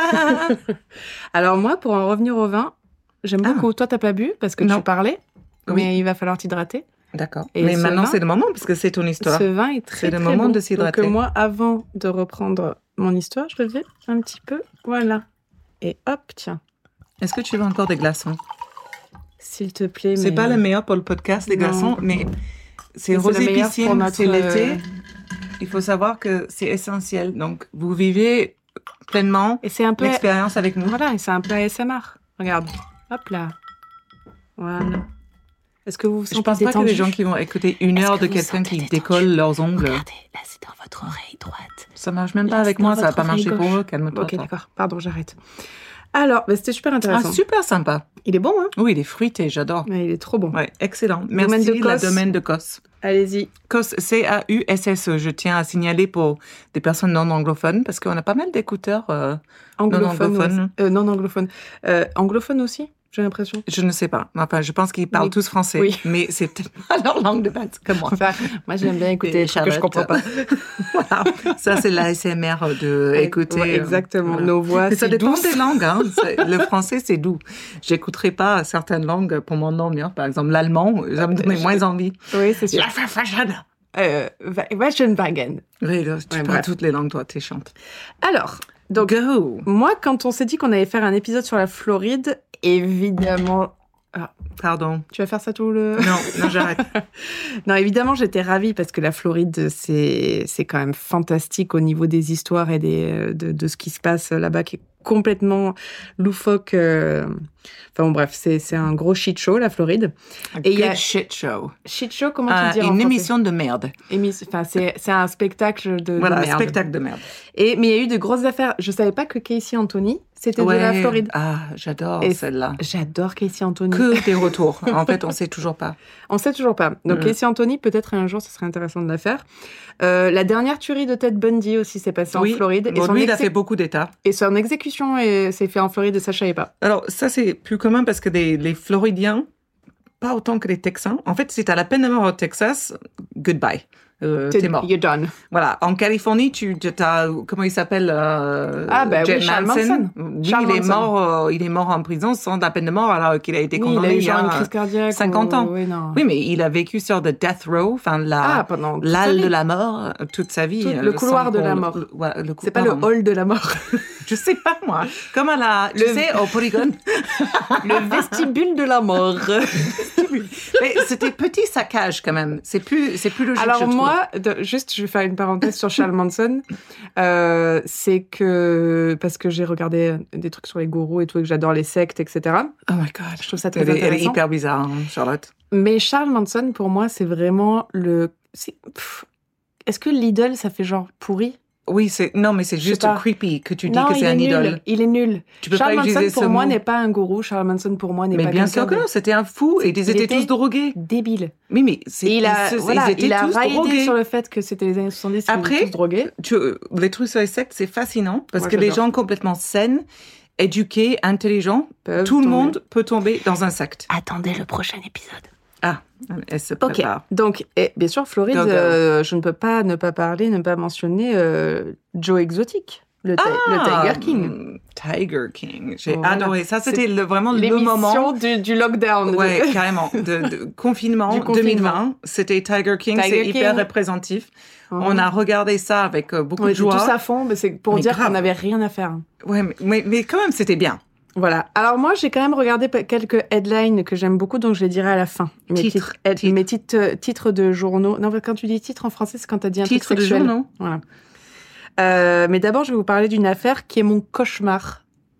Alors moi, pour en revenir au vin, j'aime Ah. beaucoup. Toi, t'as pas bu parce que Non. tu parlais, Oui. mais il va falloir t'hydrater. D'accord. Et Mais ce maintenant, vin- c'est le moment, parce que c'est ton histoire. Ce vin est très, C'est le très moment bon. de s'hydrater. Donc euh, moi, avant de reprendre mon histoire, je vais un petit peu, voilà. Et hop, tiens, Est-ce que tu veux encore des glaçons? s'il te plaît. C'est mais- pas le meilleur pour le podcast, les Non. glaçons, mais c'est Mais c'est rosé le meilleur pour piscine, notre, c'est l'été. euh, Il faut savoir que c'est essentiel. Donc, vous vivez pleinement Et c'est un peu... l'expérience avec nous. Voilà, et c'est un peu A S M R. Regarde, hop là. Voilà. Est-ce que vous vous Je sentez pense pas que détendu? les gens qui vont écouter une Est-ce heure que de vous quelqu'un sentez qui détendu? décolle leurs ongles. Regardez, là c'est dans votre oreille droite. Ça marche même pas Là, avec c'est dans moi, ça va votre pas marcher oreille pour gauche. eux, calme-toi. Ok, toi. d'accord. Pardon, j'arrête. Alors, bah, c'était super Ah, intéressant. super sympa. Il est bon, hein? Oui, il est fruité, j'adore. Ouais, il est trop bon. Ouais, excellent. Domaine Merci, de la Cosse. domaine de Cosse. Allez-y. Cosse, C A U S S E. Je tiens à signaler pour des personnes non anglophones, parce qu'on a pas mal d'écouteurs. euh, Anglophone. Non anglophone. aussi. Euh, non anglophone. Euh, anglophone aussi, j'ai l'impression. Je ne sais pas. Enfin, je pense qu'ils parlent Oui. tous français, Oui. mais c'est peut-être pas leur langue de base comme moi. Enfin, moi, j'aime bien écouter Et des trucs que je Charlotte. comprends pas. Voilà. Ça, c'est l'A S M R de écouter. Ouais, exactement. euh, voilà. Nos voix, Mais ça c'est dépend douce. des langues. Hein. C'est- Le français, c'est doux. J'écouterai pas certaines langues pour m'endormir. Par exemple, l'allemand, ça me donne moins envie. Oui, c'est sûr. La Verfassade. Euh, Va- Wagenwagen. Oui, là, tu Ouais, parles bref. toutes les langues, toi, t'es chante. Alors, donc, Go. moi, quand on s'est dit qu'on allait faire un épisode sur la Floride, évidemment... Pardon. Tu vas faire ça tout le... Non, non, j'arrête. Non, évidemment, j'étais ravie parce que la Floride, c'est c'est quand même fantastique au niveau des histoires et des, de, de ce qui se passe là-bas, qui est complètement loufoque. euh. Enfin bon, bref, c'est c'est un gros shit show, la Floride. Et il y a- Good shit show. Shit show, comment Euh, tu dis en une français? émission de merde. Émis- Enfin, c'est c'est un spectacle de, de Voilà, merde. spectacle de merde. Et, mais il y a eu de grosses affaires. Je savais pas que Casey Anthony, c'était de la Floride. Ah, j'adore Et celle-là. J'adore Casey Anthony. Que des retours. En fait, on sait toujours pas. On sait toujours pas. Donc, Mm. Casey Anthony, peut-être un jour, ce serait intéressant de la faire. Euh, la dernière tuerie de Ted Bundy aussi s'est passée Oui. en Floride. Bon, et, son lui, il a exé- fait beaucoup d'États. et son exécution est- s'est fait en Floride et ça, je savais pas. Alors, ça, c'est plus commun parce que des- les Floridiens, pas autant que les Texans. En fait, si tu as la peine de mort au Texas, goodbye. Euh, T'es- T'es mort. You're done. Voilà. En Californie, tu as, comment il s'appelle euh, Ah, bah oui, Jet Charles Manson. Lui, Charles il est Manson. mort, euh, il est mort en prison sans la peine de mort alors qu'il a été Oui, il condamné a eu il y genre a une crise cardiaque. cinquante ou- ans. Oui, non. Oui, mais il a vécu sur the death row, enfin la Ah, pendant toute sa l'halle vie. de la mort euh, toute sa vie. Tout- euh, le couloir sans de la qu'on- mort. le- ouais, le C'est pas le couloir. hall de la mort. Je sais pas moi. Comme à la, tu Le- sais, au Polygone. le vestibule de la mort. Mais c'était petit saccage quand même. C'est plus, c'est plus logique. je Alors trouve. moi, de- juste, je vais faire une parenthèse sur Charles Manson. Euh, c'est que, parce que j'ai regardé des trucs sur les gourous et tout, et que j'adore les sectes, et cetera. Oh my god. Je trouve ça très Elle est, elle est intéressant. hyper bizarre, hein, Charlotte. Mais Charles Manson, pour moi, c'est vraiment le... c'est- pff, Est-ce que Lidl, ça fait genre pourri? Oui, c'est non, mais c'est Je sais juste pas. creepy que tu dis Non, que il c'est est un nul. idole. Il est nul. Tu peux Charles pas Manson, utiliser pour ce moi, mot. n'est pas un gourou. Charles Manson, pour moi, n'est Mais pas bien quelqu'un sûr que de- non, c'était un fou et C'est- ils il étaient était tous drogués. débile. Oui, mais c'est Et il a, ils, voilà, ils étaient il a tous raillé drogués. sur le fait que c'était les années soixante-dix, qu'ils Après, étaient tous drogués. Tu, les trucs sur les sectes, c'est fascinant parce Moi, que les j'adore. gens complètement sains, éduqués, intelligents, Peuvent tout le tomber. monde peut tomber dans un secte. Attendez le prochain épisode. Ah, elle se Ok, prépare. donc, et bien sûr, Floride, Go, go. euh, je ne peux pas ne pas parler, ne pas mentionner euh, Joe Exotic, le, ti- le Tiger King. mm, Tiger King. J'ai Voilà. adoré. Ça, c'était C'est le, vraiment le L'émission moment. du, du lockdown. Ouais, carrément. De, de confinement, Du confinement. deux mille vingt. C'était Tiger King. Tiger C'est hyper King. représentatif. Mhm. On a regardé ça avec euh, beaucoup On de était joie. tous à fond, mais c'est pour Mais dire grave. qu'on n'avait rien à faire. Ouais, mais, mais, mais quand même, c'était bien. Voilà. Alors moi, j'ai quand même regardé pe- quelques headlines que j'aime beaucoup, donc je les dirai à la fin. Mes Titres, titres, head- titres. mes titres, euh, titres de journaux. Non, quand tu dis titre en français, c'est quand tu as dit un Titre truc de sexuel. journaux. Voilà. Euh, mais d'abord, je vais vous parler d'une affaire qui est mon cauchemar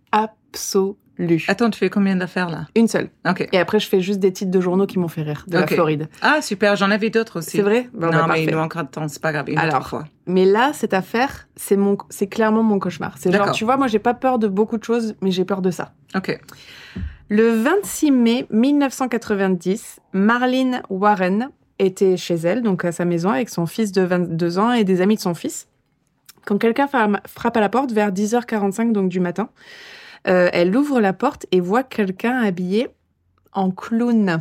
absolu. Attends, tu fais combien d'affaires là? Une seule. Ok. Et après, je fais juste des titres de journaux qui m'ont fait rire, de Ok. la Floride. Ah, super. J'en avais d'autres aussi. C'est vrai? Bon, bah, Non, mais parfait. il nous manquera de temps. C'est pas grave. Une Alors, autre fois. Mais là, cette affaire, c'est mon, c'est clairement mon cauchemar. C'est genre, D'accord. tu vois, moi, j'ai pas peur de beaucoup de choses, mais j'ai peur de ça. Ok. Le vingt-six mai mille neuf cent quatre-vingt-dix, Marlene Warren était chez elle, donc à sa maison, avec son fils de vingt-deux ans et des amis de son fils. Quand quelqu'un fa- frappe à la porte vers dix heures quarante-cinq donc du matin, euh, elle ouvre la porte et voit quelqu'un habillé en clown.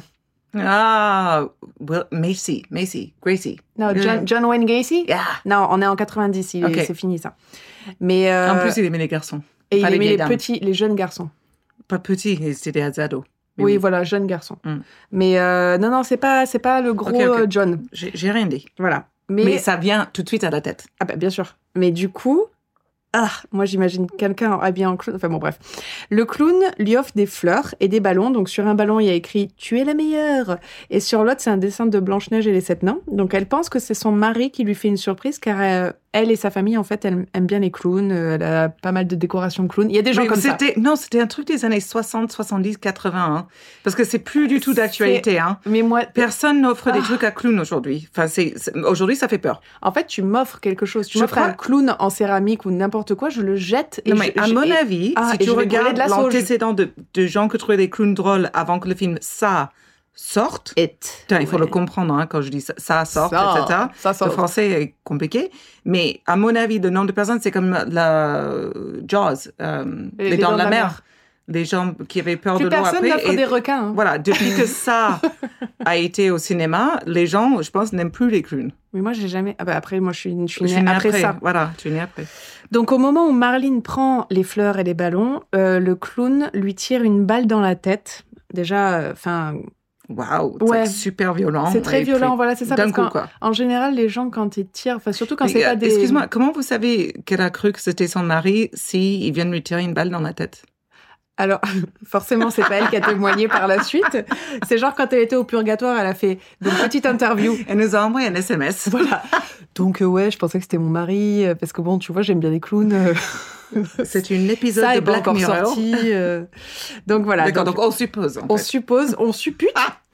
Ah, well, Macy, Macy, Gracie. Non, Euh, John, John Wayne Gacy? Yeah. Non, on est en quatre-vingt-dix, il est- Ok. c'est fini ça. Mais euh, En plus, il aimait les garçons. et il pas les aimait vieilles les dames. petits, les jeunes garçons. Pas petits, c'était des ados. Mais Oui, voilà, jeunes garçons. Mm. Mais euh, non, non, c'est pas, c'est pas le gros Ok, ok. euh, John. J'ai j'ai rien dit. Voilà. Mais, Mais ça vient tout de suite à la tête. ah bah bien sûr. Mais du coup, ah, moi j'imagine quelqu'un habillé en clown. Enfin bon, bref. Le clown lui offre des fleurs et des ballons. Donc sur un ballon, il y a écrit « Tu es la meilleure !» Et sur l'autre, c'est un dessin de Blanche-Neige et les sept nains. Donc elle pense que c'est son mari qui lui fait une surprise car euh, elle et sa famille, en fait, elle aime bien les clowns. Euh, Elle a pas mal de décorations clowns. Il y a des gens Mais comme ça. c'était- Non, c'était un truc des années soixante, soixante-dix, quatre-vingts. Hein, parce que c'est plus du tout d'actualité. Hein. Mais moi, Personne n'offre des Ah. trucs à clown aujourd'hui. Enfin, c'est, c'est- aujourd'hui, ça fait peur. en fait, tu m'offres quelque chose. Tu Je m'offres crois- un clown en céramique ou n'importe quoi, je le jette. Et Non, mais je- à je- mon et- avis, Ah, si et tu je vais brûler regardes de la sauge. l'antécédent de, de gens que trouvaient des clowns drôles avant que le film Ça sorte, It. putain, il faut Ouais. le comprendre hein, quand je dis ça, ça sort, Ça, et cetera. ça Le sort. français est compliqué, mais à mon avis, le nombre de personnes, c'est comme la euh, Jaws, euh, les, dents de la mer. Les gens qui avaient peur Plus de l'eau personne après. n'offre et des requins. hein. Voilà, depuis que ça a été au cinéma, les gens, je pense, n'aiment plus les clowns. Mais moi, j'ai jamais. Ah bah après, moi, je suis, je suis Je née suis née après, après, ça. voilà, tu es née après. Donc, au moment où Marlene prend les fleurs et les ballons, euh, le clown lui tire une balle dans la tête. Déjà, enfin, Waouh, Ouais. c'est super violent. c'est très Et violent. puis, Voilà, c'est ça. D'un Parce coup, qu'en quoi. en général, les gens quand ils tirent, enfin surtout quand Mais, c'est euh, pas des. Excuse-moi, comment vous savez qu'elle a cru que c'était son mari si il vient de lui tirer une balle dans la tête? Alors, forcément, c'est pas elle qui a témoigné par la suite. C'est genre quand elle était au purgatoire, elle a fait une petite interview. Elle nous a envoyé un S M S. Voilà. Donc euh, ouais, je pensais que c'était mon mari euh, parce que bon, tu vois, j'aime bien les clowns. euh. C'est un épisode Ça de est pas Black encore Mirror. sorti. euh. Donc voilà. D'accord, donc, donc on suppose. En on fait. suppose, on suppute,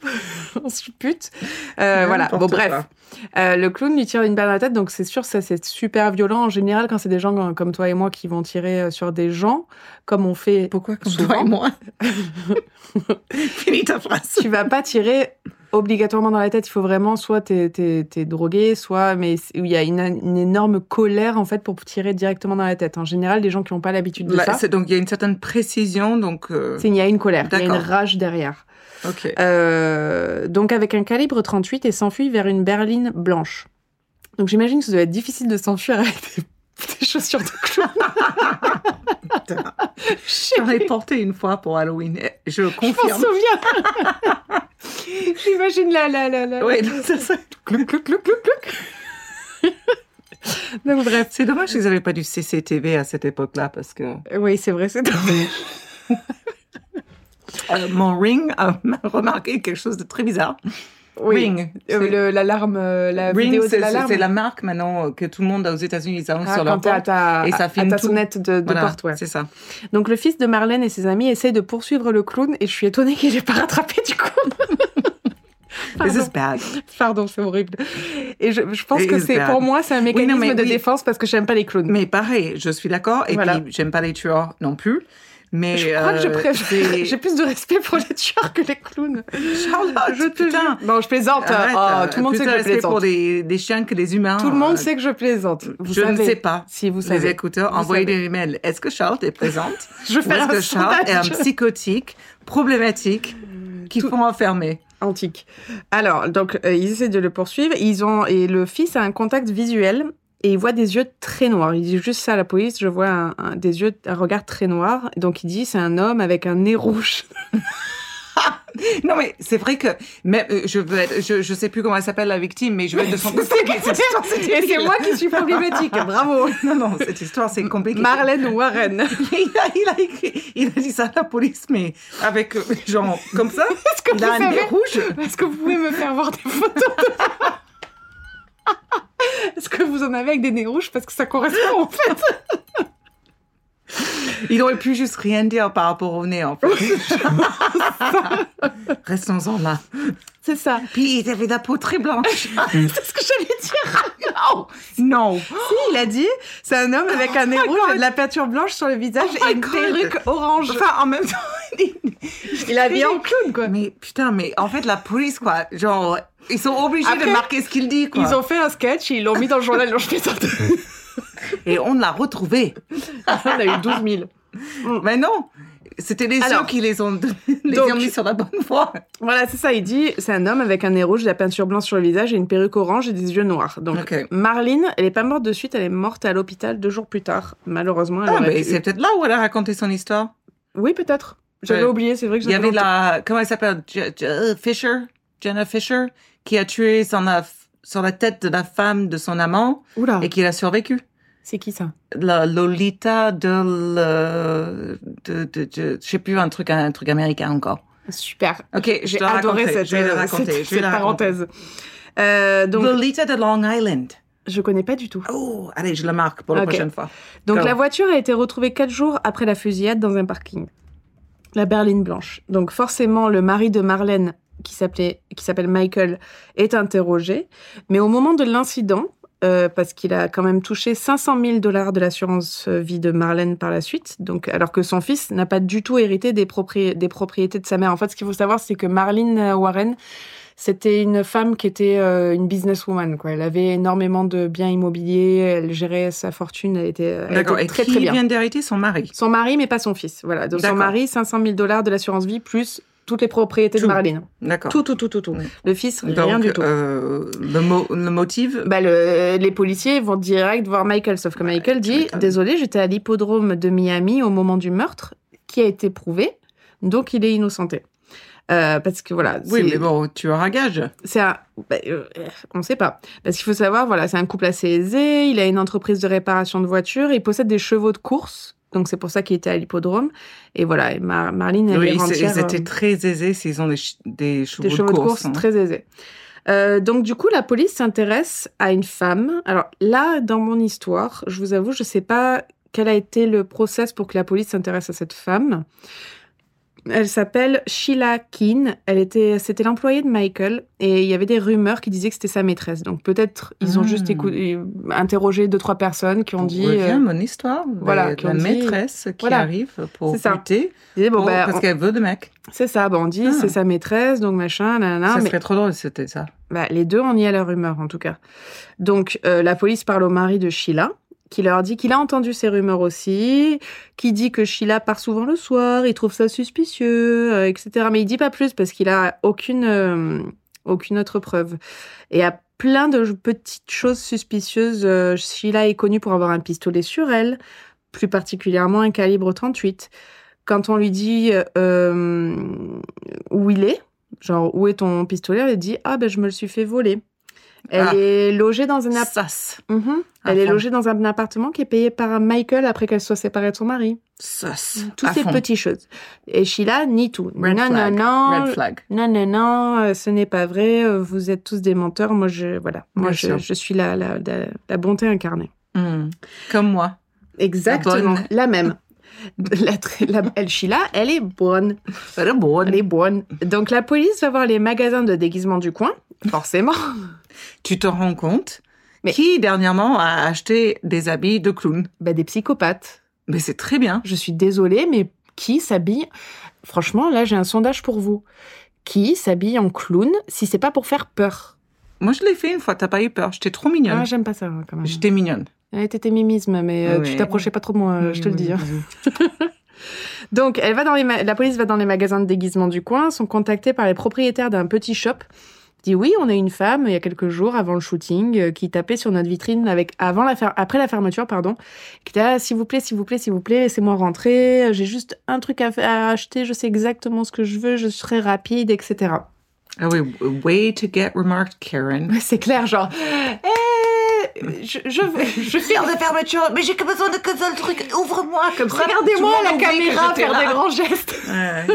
on suppute. Euh, voilà. N'importe Bon bref, quoi. Euh, le clown lui tire une balle dans la tête, donc c'est sûr, ça c'est super violent en général quand c'est des gens comme toi et moi qui vont tirer euh, sur des gens, comme on fait. Pourquoi comme souvent. toi et moi? Finis ta phrase. Tu vas pas tirer obligatoirement dans la tête. Il faut vraiment soit t'es, t'es, t'es drogué, soit mais c'est- il y a une, une énorme colère en fait pour tirer directement dans la tête. En général, les gens qui n'ont pas l'habitude de Là, ça, c'est- donc il y a une certaine précision, donc. euh, c'est il y a une colère, il y a une D'accord. rage derrière. Ok. Euh, donc avec un calibre trente-huit et s'enfuit vers une berline blanche. Donc j'imagine que ça doit être difficile de s'enfuir avec des, des chaussures de clown. J'en ai porté une fois pour Halloween. Je Je m'en confirme. souviens. J'imagine la la la la. Oui, c'est ça. Clouc, clouc, clouc, clouc, clouc. Donc bref, C'est dommage qu'ils n'avaient pas du C C T V à cette époque-là parce que oui c'est vrai, c'est dommage. euh, mon ring a remarqué quelque chose de très bizarre. Oui. Ring. Euh, C'est- le- l'alarme, euh, la Ring, vidéo de c'est, l'alarme. c'est la marque maintenant euh, que tout le monde aux États-Unis ils ont Ah, sur quand leur t'es à porte. ta, Et ça à filme ta tout. sonnette de, de Voilà, porte, ouais. c'est ça. Donc le fils de Marlène et ses amis essayent de poursuivre le clown et je suis étonnée qu'il n'ait pas rattrapé du coup. This is bad. Pardon, c'est horrible. Et je, je pense It que is c'est, bad. pour moi, c'est un mécanisme Oui, non, mais de oui. défense parce que j'aime pas les clowns. Mais pareil, je suis d'accord. Et Voilà. puis, j'aime pas les tueurs non plus. Mais Je crois que je euh, préfère. c'est- J'ai plus de respect pour les tueurs que les clowns. Charlotte, Je te putain. jure. Non, je plaisante. Arrête, Oh, euh, tout le monde plus sait de que je respect plaisante. pour des, des chiens que des humains. Tout le monde euh, sait que je plaisante. Vous je savez. ne sais pas. Si vous Les savez. écouteurs, Vous envoyez savez. des emails. Est-ce que Charlotte est présente? Je Ou fais est-ce un que Charlotte est un sondage psychotique, problématique, qu'il Tout- faut enfermer? antique. Alors, donc, euh, ils essaient de le poursuivre. Ils ont et le fils a un contact visuel. Et il voit des yeux très noirs. Il dit juste ça à la police, je vois un, un- des yeux, un regard très noir. Donc il dit, c'est un homme avec un nez rouge. Non, mais c'est vrai que même, euh, je veux être, je, je sais plus comment elle s'appelle la victime, mais je veux être de son côté. Cette histoire, c'est Et c'est terrible. moi qui suis problématique. Bravo. Non, non, cette histoire, c'est compliqué. Marlène Warren. Il a, il, a écrit- il a dit ça à la police, mais avec, euh, genre, comme ça. Est-ce que Il a vous un nez savez- rouge. Est-ce que vous pouvez me faire voir des photos de... Est-ce que vous en avez avec des nez rouges? Parce que ça correspond, en fait. Il aurait pu juste rien dire par rapport au nez, en fait. Restons-en là. C'est ça. Puis, il avait la peau très blanche. C'est ce que j'allais dire. Non, non. Si, il a dit, c'est un homme avec un nez Oh my rouge God. et de la peinture blanche sur le visage Oh my et une God. perruque orange. Enfin, en même temps, il- Il a bien en clown, quoi. mais putain, mais en fait, la police, quoi, genre, ils sont obligés Après, de marquer ce qu'il dit, quoi. Ils ont fait un sketch, ils l'ont mis dans le journal, ils l'ont jeté sur Et on l'a retrouvé. On a eu douze mille. Mais non, c'était les Alors, yeux qui les ont, les donc- ont mis sur la bonne voie. Voilà, c'est ça. Il dit, c'est un homme avec un nez rouge, de la peinture blanche sur le visage et une perruque orange et des yeux noirs. Donc, Ok. Marlene, elle est pas morte de suite, elle est morte à l'hôpital deux jours plus tard. Malheureusement, elle Ah, aurait mais pu- c'est peut-être là où elle a raconté son histoire. Oui, peut-être. J'avais Ouais. oublié, c'est vrai que Il y j'avais avait la, comment elle s'appelle, Je- Je- Fisher, Jenna Fisher, qui a tué son, sur la tête de la femme de son amant Oula, et qui a survécu. c'est qui ça? La Lolita de, le, de, de, de, je sais plus, un truc, un truc américain encore. Super. Ok, je J'ai te la adoré raconterai, cette, je vais la euh, raconter, cette- je vais la cette raconter. parenthèse. Euh, donc, Lolita de Long Island. je connais pas du tout. Oh, allez, je le marque pour la Ok. prochaine fois. Donc Go. la voiture a été retrouvée quatre jours après la fusillade dans un parking. La berline blanche. Donc forcément, le mari de Marlène, qui s'appelait, qui s'appelle Michael, est interrogé. Mais au moment de l'incident, euh, parce qu'il a quand même touché cinq cent mille dollars de l'assurance vie de Marlène par la suite, donc alors que son fils n'a pas du tout hérité des, propri- des propriétés de sa mère. En fait, ce qu'il faut savoir, c'est que Marlene Warren, c'était une femme qui était euh, une businesswoman, quoi. Elle avait énormément de biens immobiliers, elle gérait sa fortune, elle était, elle D'accord, était et très qui très bien. vient d'hériter son mari? Son mari, mais pas son fils. Voilà. Donc son D'accord. mari, cinq cent mille dollars de l'assurance vie plus toutes les propriétés Tout. de Marlene. D'accord. Tout, tout, tout, tout, tout. Oui. Le fils, Donc, rien du tout. euh, le, mo- le motif? Bah, le- les policiers vont direct voir Michael, sauf que Michael dit m'étonnes. désolé, j'étais à l'hippodrome de Miami au moment du meurtre, qui a été prouvé, donc il est innocenté. Euh, parce que voilà, Oui, c'est- mais bon, tu auras gage. c'est un, bah, euh, on ne sait pas. Parce qu'il faut savoir, voilà, c'est un couple assez aisé, il a une entreprise de réparation de voitures, il possède des chevaux de course, donc c'est pour ça qu'il était à l'hippodrome. Et voilà, et Mar- Marlene, elle est Oui, c'est- rentière, ils étaient euh, très aisés s'ils ont des, ch- des chevaux, des chevaux de course. hein. très aisés. Euh, donc du coup, la police s'intéresse à une femme. Alors là, dans mon histoire, je vous avoue, je ne sais pas quel a été le process pour que la police s'intéresse à cette femme. Elle s'appelle Sheila Keane. Elle était, c'était l'employée de Michael et il y avait des rumeurs qui disaient que c'était sa maîtresse. Donc peut-être ils ont Hmm. juste écouté, interrogé deux trois personnes qui ont On dit, revient euh, à mon histoire. voilà, la, qui la ont dit- maîtresse qui voilà. arrive pour C'est ça. buter, disaient, bon, pour- bah, parce on- qu'elle veut le mec. c'est ça. Bon, on dit Ah. c'est sa maîtresse, donc machin, nanana. ça mais serait trop drôle si c'était ça. bah, les deux ont nié la rumeur, en tout cas. Donc, euh, la police parle au mari de Sheila, qui leur dit qu'il a entendu ces rumeurs aussi, qui dit que Sheila part souvent le soir, il trouve ça suspicieux, euh, et cetera. Mais il dit pas plus parce qu'il a aucune, euh, aucune autre preuve. Et il y a plein de petites choses suspicieuses. Euh, Sheila est connue pour avoir un pistolet sur elle, plus particulièrement un calibre trente-huit. Quand on lui dit euh, où il est, genre où est ton pistolet, elle dit ah ben je me le suis fait voler. Elle Ah. est logée dans un app- Sas. Mhm. À Elle est fond. logée dans un appartement qui est payé par Michael après qu'elle soit séparée de son mari. Sas. Toutes À ces fond. petites choses. Et Sheila nie tout. Red non, flag. non, non, Red flag. non, non, non, euh, ce n'est pas vrai. euh, Vous êtes tous des menteurs. Moi, je, voilà, moi, Bien je, sûr. je suis la, la, la, la bonté incarnée. Hmm. Comme moi. Exactement, bonne. la même. La, la, elle, Sheila, elle est bonne. Elle est bonne. Elle est bonne. Donc, la police va voir les magasins de déguisement du coin, forcément. Tu te rends compte Mais... qui, dernièrement, a acheté des habits de clown? Ben, des psychopathes. Mais c'est très bien. Je suis désolée, mais qui s'habille... Franchement, là, j'ai un sondage pour vous. Qui s'habille en clown si c'est pas pour faire peur? Moi, je l'ai fait une fois. T'as pas eu peur. J'étais trop mignonne. Ah, j'aime pas ça, quand même. J'étais mignonne. Ouais, t'étais mimisme, mais euh, Oui. tu t'approchais pas trop de moi, euh, je te Oui, le dis. oui, Hein. oui. Donc, elle va dans les ma- la police va dans les magasins de déguisement du coin, sont contactés par les propriétaires d'un petit shop. Dit oui, on a une femme il y a quelques jours avant le shooting euh, qui tapait sur notre vitrine avec avant la fer- après la fermeture pardon, qui était là s'il vous plaît, s'il vous plaît, s'il vous plaît, laissez-moi rentrer, j'ai juste un truc à, fa- à acheter, je sais exactement ce que je veux, je serai rapide, et cetera. Ah oui, way to get remarked, Karen. C'est clair, genre, eh, je, je, je fais de fermeture, mais j'ai que besoin de qu'un seul truc. Ouvre-moi comme ça. Regardez-moi tout le la monde oublie que caméra j'étais faire là. des grands gestes. Ouais.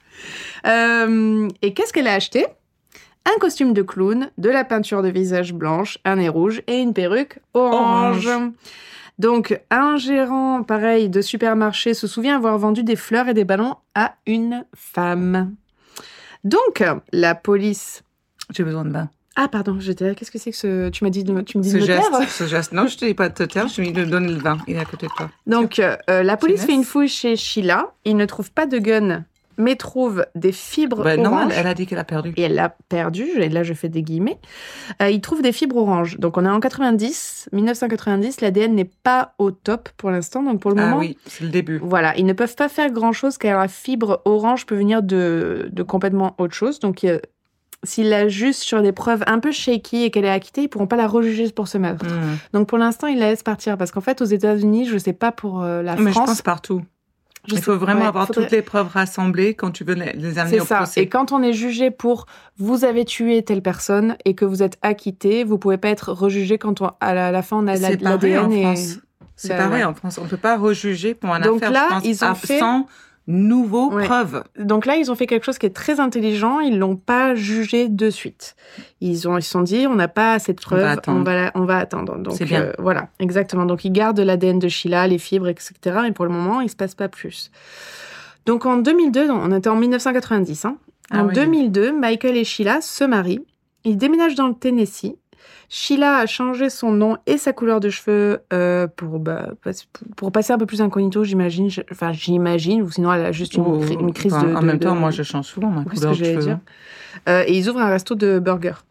Euh, et qu'est-ce qu'elle a acheté? Un costume de clown, de la peinture de visage blanche, un nez rouge et une perruque orange. Orange. Donc, un gérant, pareil, de supermarché se souvient avoir vendu des fleurs et des ballons à une femme. Donc, la police... J'ai besoin de bain. Ah, pardon, j'étais là. Qu'est-ce que c'est que ce... Tu m'as dit de, tu me dis Ce de me geste, taire. ce geste. Non, je te dis pas de te taire, je te dis de donner le vin. Il est à côté de toi. Donc, euh, la police Finesse. fait une fouille chez Sheila. Il ne trouve pas de gun, mais trouve des fibres Ben, non, oranges. elle, elle a dit qu'elle a perdu. Et elle l'a perdu, et là je fais des guillemets. Euh, il trouve des fibres oranges. Donc on est en quatre-vingt-dix, dix-neuf cent quatre-vingt-dix, l'A D N n'est pas au top pour l'instant. Donc pour le Ah moment, oui, c'est le début. voilà, ils ne peuvent pas faire grand-chose car la fibre orange peut venir de, de complètement autre chose. Donc euh, s'il la juge sur des preuves un peu shaky et qu'elle est acquittée, ils pourront pas la rejuger pour ce meurtre. Mmh. Donc pour l'instant, ils la laissent partir parce qu'en fait aux États-Unis, je sais pas pour euh, la Mais je France. pense partout. je Il sais- faut vraiment ouais, avoir faudrait- toutes les preuves rassemblées quand tu veux les, les amener C'est au ça. procès. Et quand on est jugé pour vous avez tué telle personne et que vous êtes acquitté, vous pouvez pas être rejugé quand on, à la, à la fin on a la- C'est pareil l'A D N en et France. C'est Ben pareil ouais. en France. On ne peut pas rejuger pour un Donc affaire, là, je pense, ils ont à- fait- sans nouveaux Ouais. preuves. donc là ils ont fait quelque chose qui est très intelligent. Ils l'ont pas jugé de suite. Ils ont ils se sont dit on n'a pas assez de On va preuves, on attendre. va la- on va attendre. Donc C'est bien. euh, voilà exactement. Donc ils gardent l'A D N de Sheila, les fibres, et cetera. Et pour le moment il se passe pas plus. Donc en deux mille deux, on était en dix-neuf cent quatre-vingt-dix. Hein. Ah En oui. deux mille deux, Michael et Sheila se marient. Ils déménagent dans le Tennessee. Sheila a changé son nom et sa couleur de cheveux euh, pour, bah, pas- pour passer un peu plus incognito, j'imagine. Je- Enfin, j'imagine, ou sinon elle a juste une, Ou- cri- une crise enfin, de... En de- même de- temps, moi, je change souvent ma Oui, c'est ce couleur que de j'allais cheveux. dire. Euh, et ils ouvrent un resto de burgers.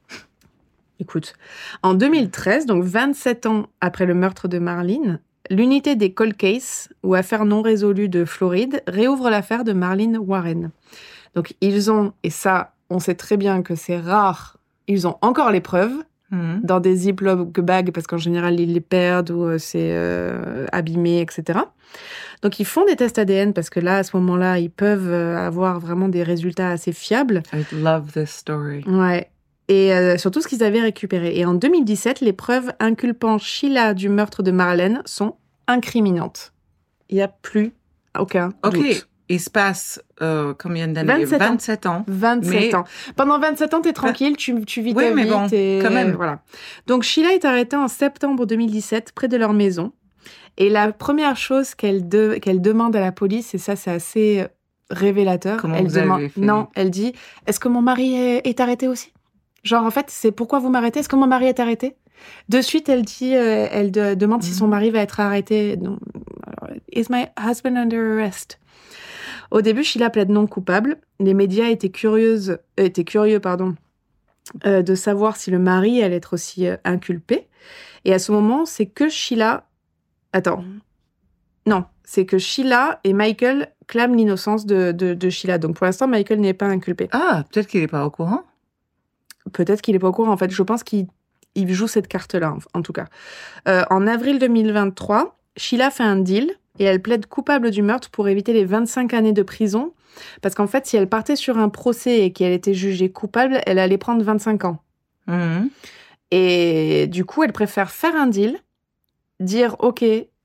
Écoute, en deux mille treize, donc vingt-sept ans après le meurtre de Marlene, l'unité des cold cases, ou affaires non résolues de Floride, réouvre l'affaire de Marlene Warren. Donc ils ont, et ça, on sait très bien que c'est rare, ils ont encore les preuves Mhm. dans des Ziploc bags, parce qu'en général, ils les perdent ou euh, c'est euh, abîmé, et cetera. Donc ils font des tests A D N, parce que là, à ce moment-là, ils peuvent euh, avoir vraiment des résultats assez fiables. I love this story. Ouais. Et euh, surtout ce qu'ils avaient récupéré. Et en deux mille dix-sept, les preuves inculpant Sheila du meurtre de Marlene sont incriminantes. Il n'y a plus aucun OK, doute. il se passe euh, combien d'années? vingt-sept ans. vingt-sept ans. vingt-sept Mais- ans. Pendant vingt-sept ans, t'es tranquille, tu, tu vis Oui, ta mais vie. bon, t'es- quand même. Voilà. Donc Sheila est arrêtée en septembre deux mille dix-sept près de leur maison. Et la première chose qu'elle de- qu'elle demande à la police, et ça c'est assez euh, révélateur, Comment elle vous avez demande, fait non, elle dit, est-ce que mon mari est, est arrêté aussi? Genre en fait, c'est pourquoi vous m'arrêtez? Est-ce que mon mari est arrêté? De suite, elle dit, euh, elle de- demande si Mhm. son mari va être arrêté. Non. Alors, is my husband under arrest? Au début, Sheila plaide non coupable. Les médias étaient curieuses, euh, étaient curieux, pardon, euh, de savoir si le mari allait être aussi euh, inculpé. Et à ce moment, c'est que Sheila, attends, non, c'est que Sheila et Michael clament l'innocence de, de, de Sheila. Donc pour l'instant, Michael n'est pas inculpé. Ah, peut-être qu'il n'est pas au courant. Peut-être qu'il est pas au courant. En fait, je pense qu'il il joue cette carte-là, en, en tout cas. Euh, en avril deux mille vingt-trois, Sheila fait un deal et elle plaide coupable du meurtre pour éviter les vingt-cinq années de prison. Parce qu'en fait, si elle partait sur un procès et qu'elle était jugée coupable, elle allait prendre vingt-cinq ans. Mhm. Et du coup, elle préfère faire un deal, dire « Ok,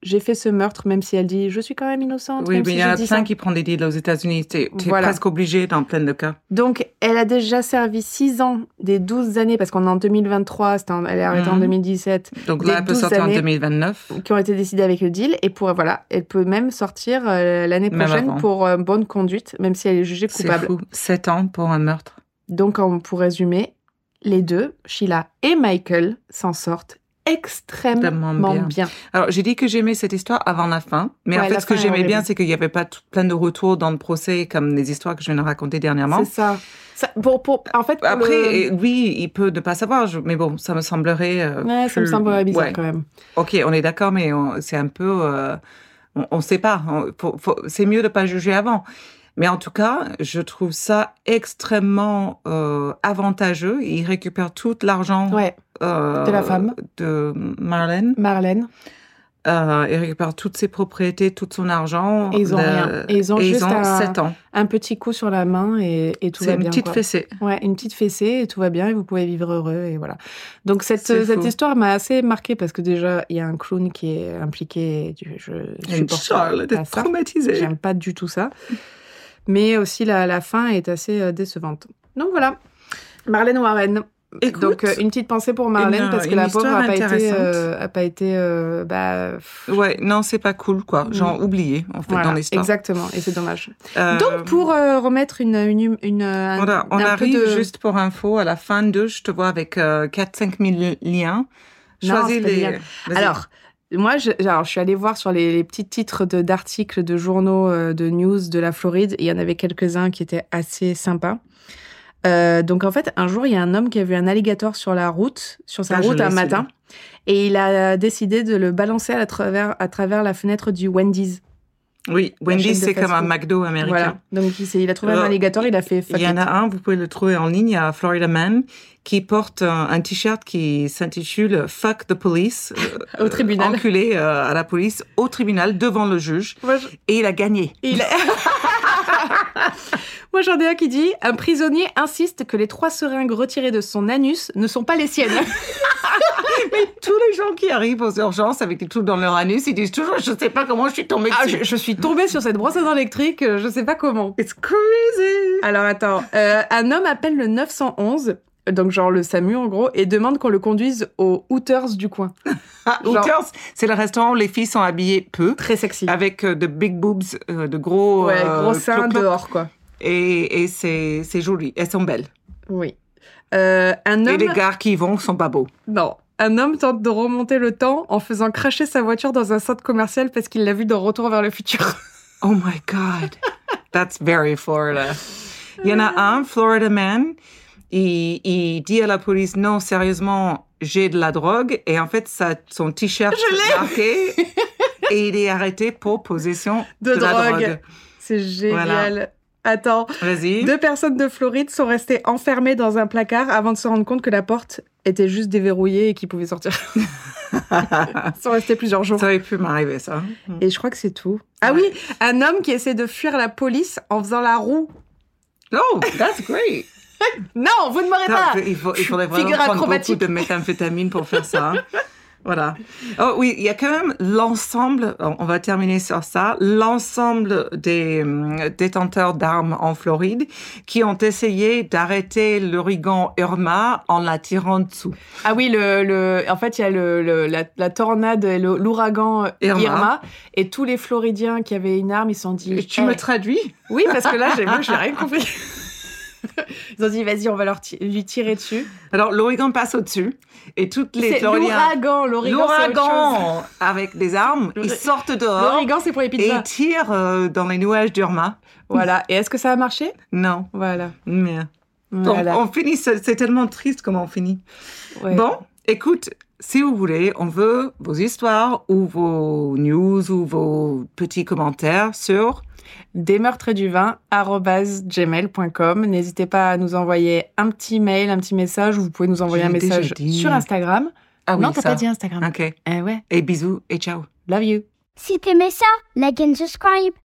j'ai fait ce meurtre, même si elle dit je suis quand même innocente. Oui, même mais si il y en a j'ai dit plein ça. qui prennent des deals aux États-Unis. Tu es Voilà. presque obligé dans plein de cas. Donc, elle a déjà servi six ans des douze années, parce qu'on est en deux mille vingt-trois, c'était en- elle est arrêtée Mhm. en deux mille dix-sept. Donc Des là, elle peut douze sortir en années deux mille vingt-neuf. qui ont été décidées avec le deal. Et pour, voilà, elle peut même sortir euh, l'année Même prochaine avant. pour euh, bonne conduite, même si elle est jugée C'est coupable. fou. Sept ans pour un meurtre. Donc, on- pour résumer, les deux, Sheila et Michael, s'en sortent extrêmement Extrêmement bien. bien. Alors, j'ai dit que j'aimais cette histoire avant la fin. Mais Ouais, en fait, la ce que fin est j'aimais horrible. bien, c'est qu'il n'y avait pas tout- plein de retours dans le procès comme les histoires que je viens de raconter dernièrement. C'est ça. Ça- pour, pour, en fait, pour Après, le- et lui, il peut ne pas savoir, je- mais bon, ça me semblerait... euh, Ouais, ça me plus- semblerait bizarre ouais. quand même. Ok, on est d'accord, mais on- c'est un peu... euh, on ne sait pas. On- faut- faut- c'est mieux de ne pas juger avant. Mais en tout cas, je trouve ça extrêmement euh, avantageux. Il récupère tout l'argent Ouais, euh, de la femme. de Marlène. Marlène. Euh, il récupère toutes ses propriétés, tout son argent. Et ils ont Le- rien. Et ils ont et juste un- sept ans. Un petit coup sur la main et, et tout C'est va une bien. petite quoi. fessée. Ouais, une petite fessée et tout va bien et vous pouvez vivre heureux et voilà. Donc cette, C'est cette fou. histoire m'a assez marquée parce que déjà il y a un clown qui est impliqué. Et du- je Et supporte Charlotte pas est ça. traumatisée. J'aime pas du tout ça. Mais aussi la, la fin est assez euh, décevante. Donc voilà, Marlène Warren. Écoute, Donc euh, une petite pensée pour Marlène une- parce que une la pauvre histoire a pas été, intéressante. euh, a pas été, euh, bah, pff, ouais, non, c'est pas cool, quoi. Genre oublié, en fait, voilà, dans l'histoire. exactement. Et c'est dommage. Euh, Donc pour euh, remettre une, une, une un, Voilà, on un peu arrive de... juste pour info à la fin de, je te vois avec euh, quatre à cinq mille liens. Non, Choisis c'est pas les. des liens. Vas-y. Alors, moi, je, alors, je suis allée voir sur les, les petits titres de, d'articles, de journaux, euh, de news de la Floride. Et il y en avait quelques-uns qui étaient assez sympas. Euh, donc, en fait, un jour, il y a un homme qui a vu un alligator sur la route, sur sa Ah, je route l'ai, un matin. Et il a décidé de le balancer à travers, à travers la fenêtre du Wendy's. Oui, la chaîne Wendy's, de c'est comme un fast-food. McDo américain. Voilà. Donc, il, s'est- il a trouvé un Alors, alligator, il a fait fuck Il y en it. a un, vous pouvez le trouver en ligne, il y a Florida Man qui porte un, un t-shirt qui s'intitule Fuck the Police. euh, Au tribunal. Enculé euh, à la police, au tribunal, devant le juge. Moi, je- Et il a gagné. Il... Moi, j'en ai un qui dit « Un prisonnier insiste que les trois seringues retirées de son anus ne sont pas les siennes. Mais tous les gens qui arrivent aux urgences avec des trucs dans leur anus, ils disent toujours, je sais pas comment je suis tombée » Ah, dessus. je, je suis tombée sur cette brosse à dents électrique, euh, je sais pas comment. It's crazy. Alors, attends. Euh, un homme appelle le neuf cent onze, donc genre le SAMU en gros, et demande qu'on le conduise au Hooters du coin. Ah, Genre- Hooters, c'est le restaurant où les filles sont habillées peu, Très sexy. avec euh, de big boobs, euh, de gros... Ouais, euh, gros seins cloc-cloc. dehors, quoi. Et, et c'est, c'est joli. Elles sont belles. Oui. Euh, un Et homme... les gars qui y vont sont pas beaux. Non. Un homme tente de remonter le temps en faisant cracher sa voiture dans un centre commercial parce qu'il l'a vu dans Retour vers le futur. Oh my God. That's very Florida. Il y en a un, Florida Man, il, il dit à la police, non, sérieusement, j'ai de la drogue. Et en fait, ça, son t-shirt est marqué et il est arrêté pour possession De de, la drogue. drogue. C'est génial. Voilà. Attends. Vas-y. Deux personnes de Floride sont restées enfermées dans un placard avant de se rendre compte que la porte était juste déverrouillée et qu'ils pouvaient sortir. Ils sont restés plusieurs jours. Ça aurait pu m'arriver, ça. Et je crois que c'est tout. Ah Ouais. oui, un homme qui essaie de fuir la police en faisant la roue. Oh, that's great. Non, vous ne m'aurez pas. Il, faut, il faudrait vraiment Figure prendre acrobatique. beaucoup de méthamphétamine pour faire ça. Voilà. Oh oui, il y a quand même l'ensemble, on va terminer sur ça, l'ensemble des hum, détenteurs d'armes en Floride qui ont essayé d'arrêter l'ouragan Irma en la tirant dessous. Ah oui, le, le, en fait, il y a le, le- la, la tornade, et le- l'ouragan Irma. Irma. Et tous les Floridiens qui avaient une arme, ils se sont dit... Tu Eh. me traduis? Oui, parce que là, j'ai, moi, je n'ai rien compris. Ils ont dit, vas-y, on va leur ti- lui tirer dessus. Alors, l'ouragan passe au-dessus et toutes les C'est Floridiens... l'ouragan, l'ouragan, c'est autre chose. L'ouragan avec des armes, ils sortent dehors L'ouragan, c'est pour les et pizzas. ils tirent euh, dans les nuages d'Irma. Voilà. Et est-ce que ça a marché? Non, Voilà. mais... Bon, Voilà. on finit, c'est c'est tellement triste comment on finit. Ouais. Bon, écoute, si vous voulez, on veut vos histoires ou vos news ou vos petits commentaires sur... des meurtres du vin arobase gmail point com. N'hésitez pas à nous envoyer un petit mail, un petit message, ou vous pouvez nous envoyer Je un l'ai déjà message dit. sur Instagram. Ah oui, non, t'as ça. pas dit Instagram. Ok. Eh ouais. Et bisous et ciao. Love you. Si t'aimais ça, like and subscribe.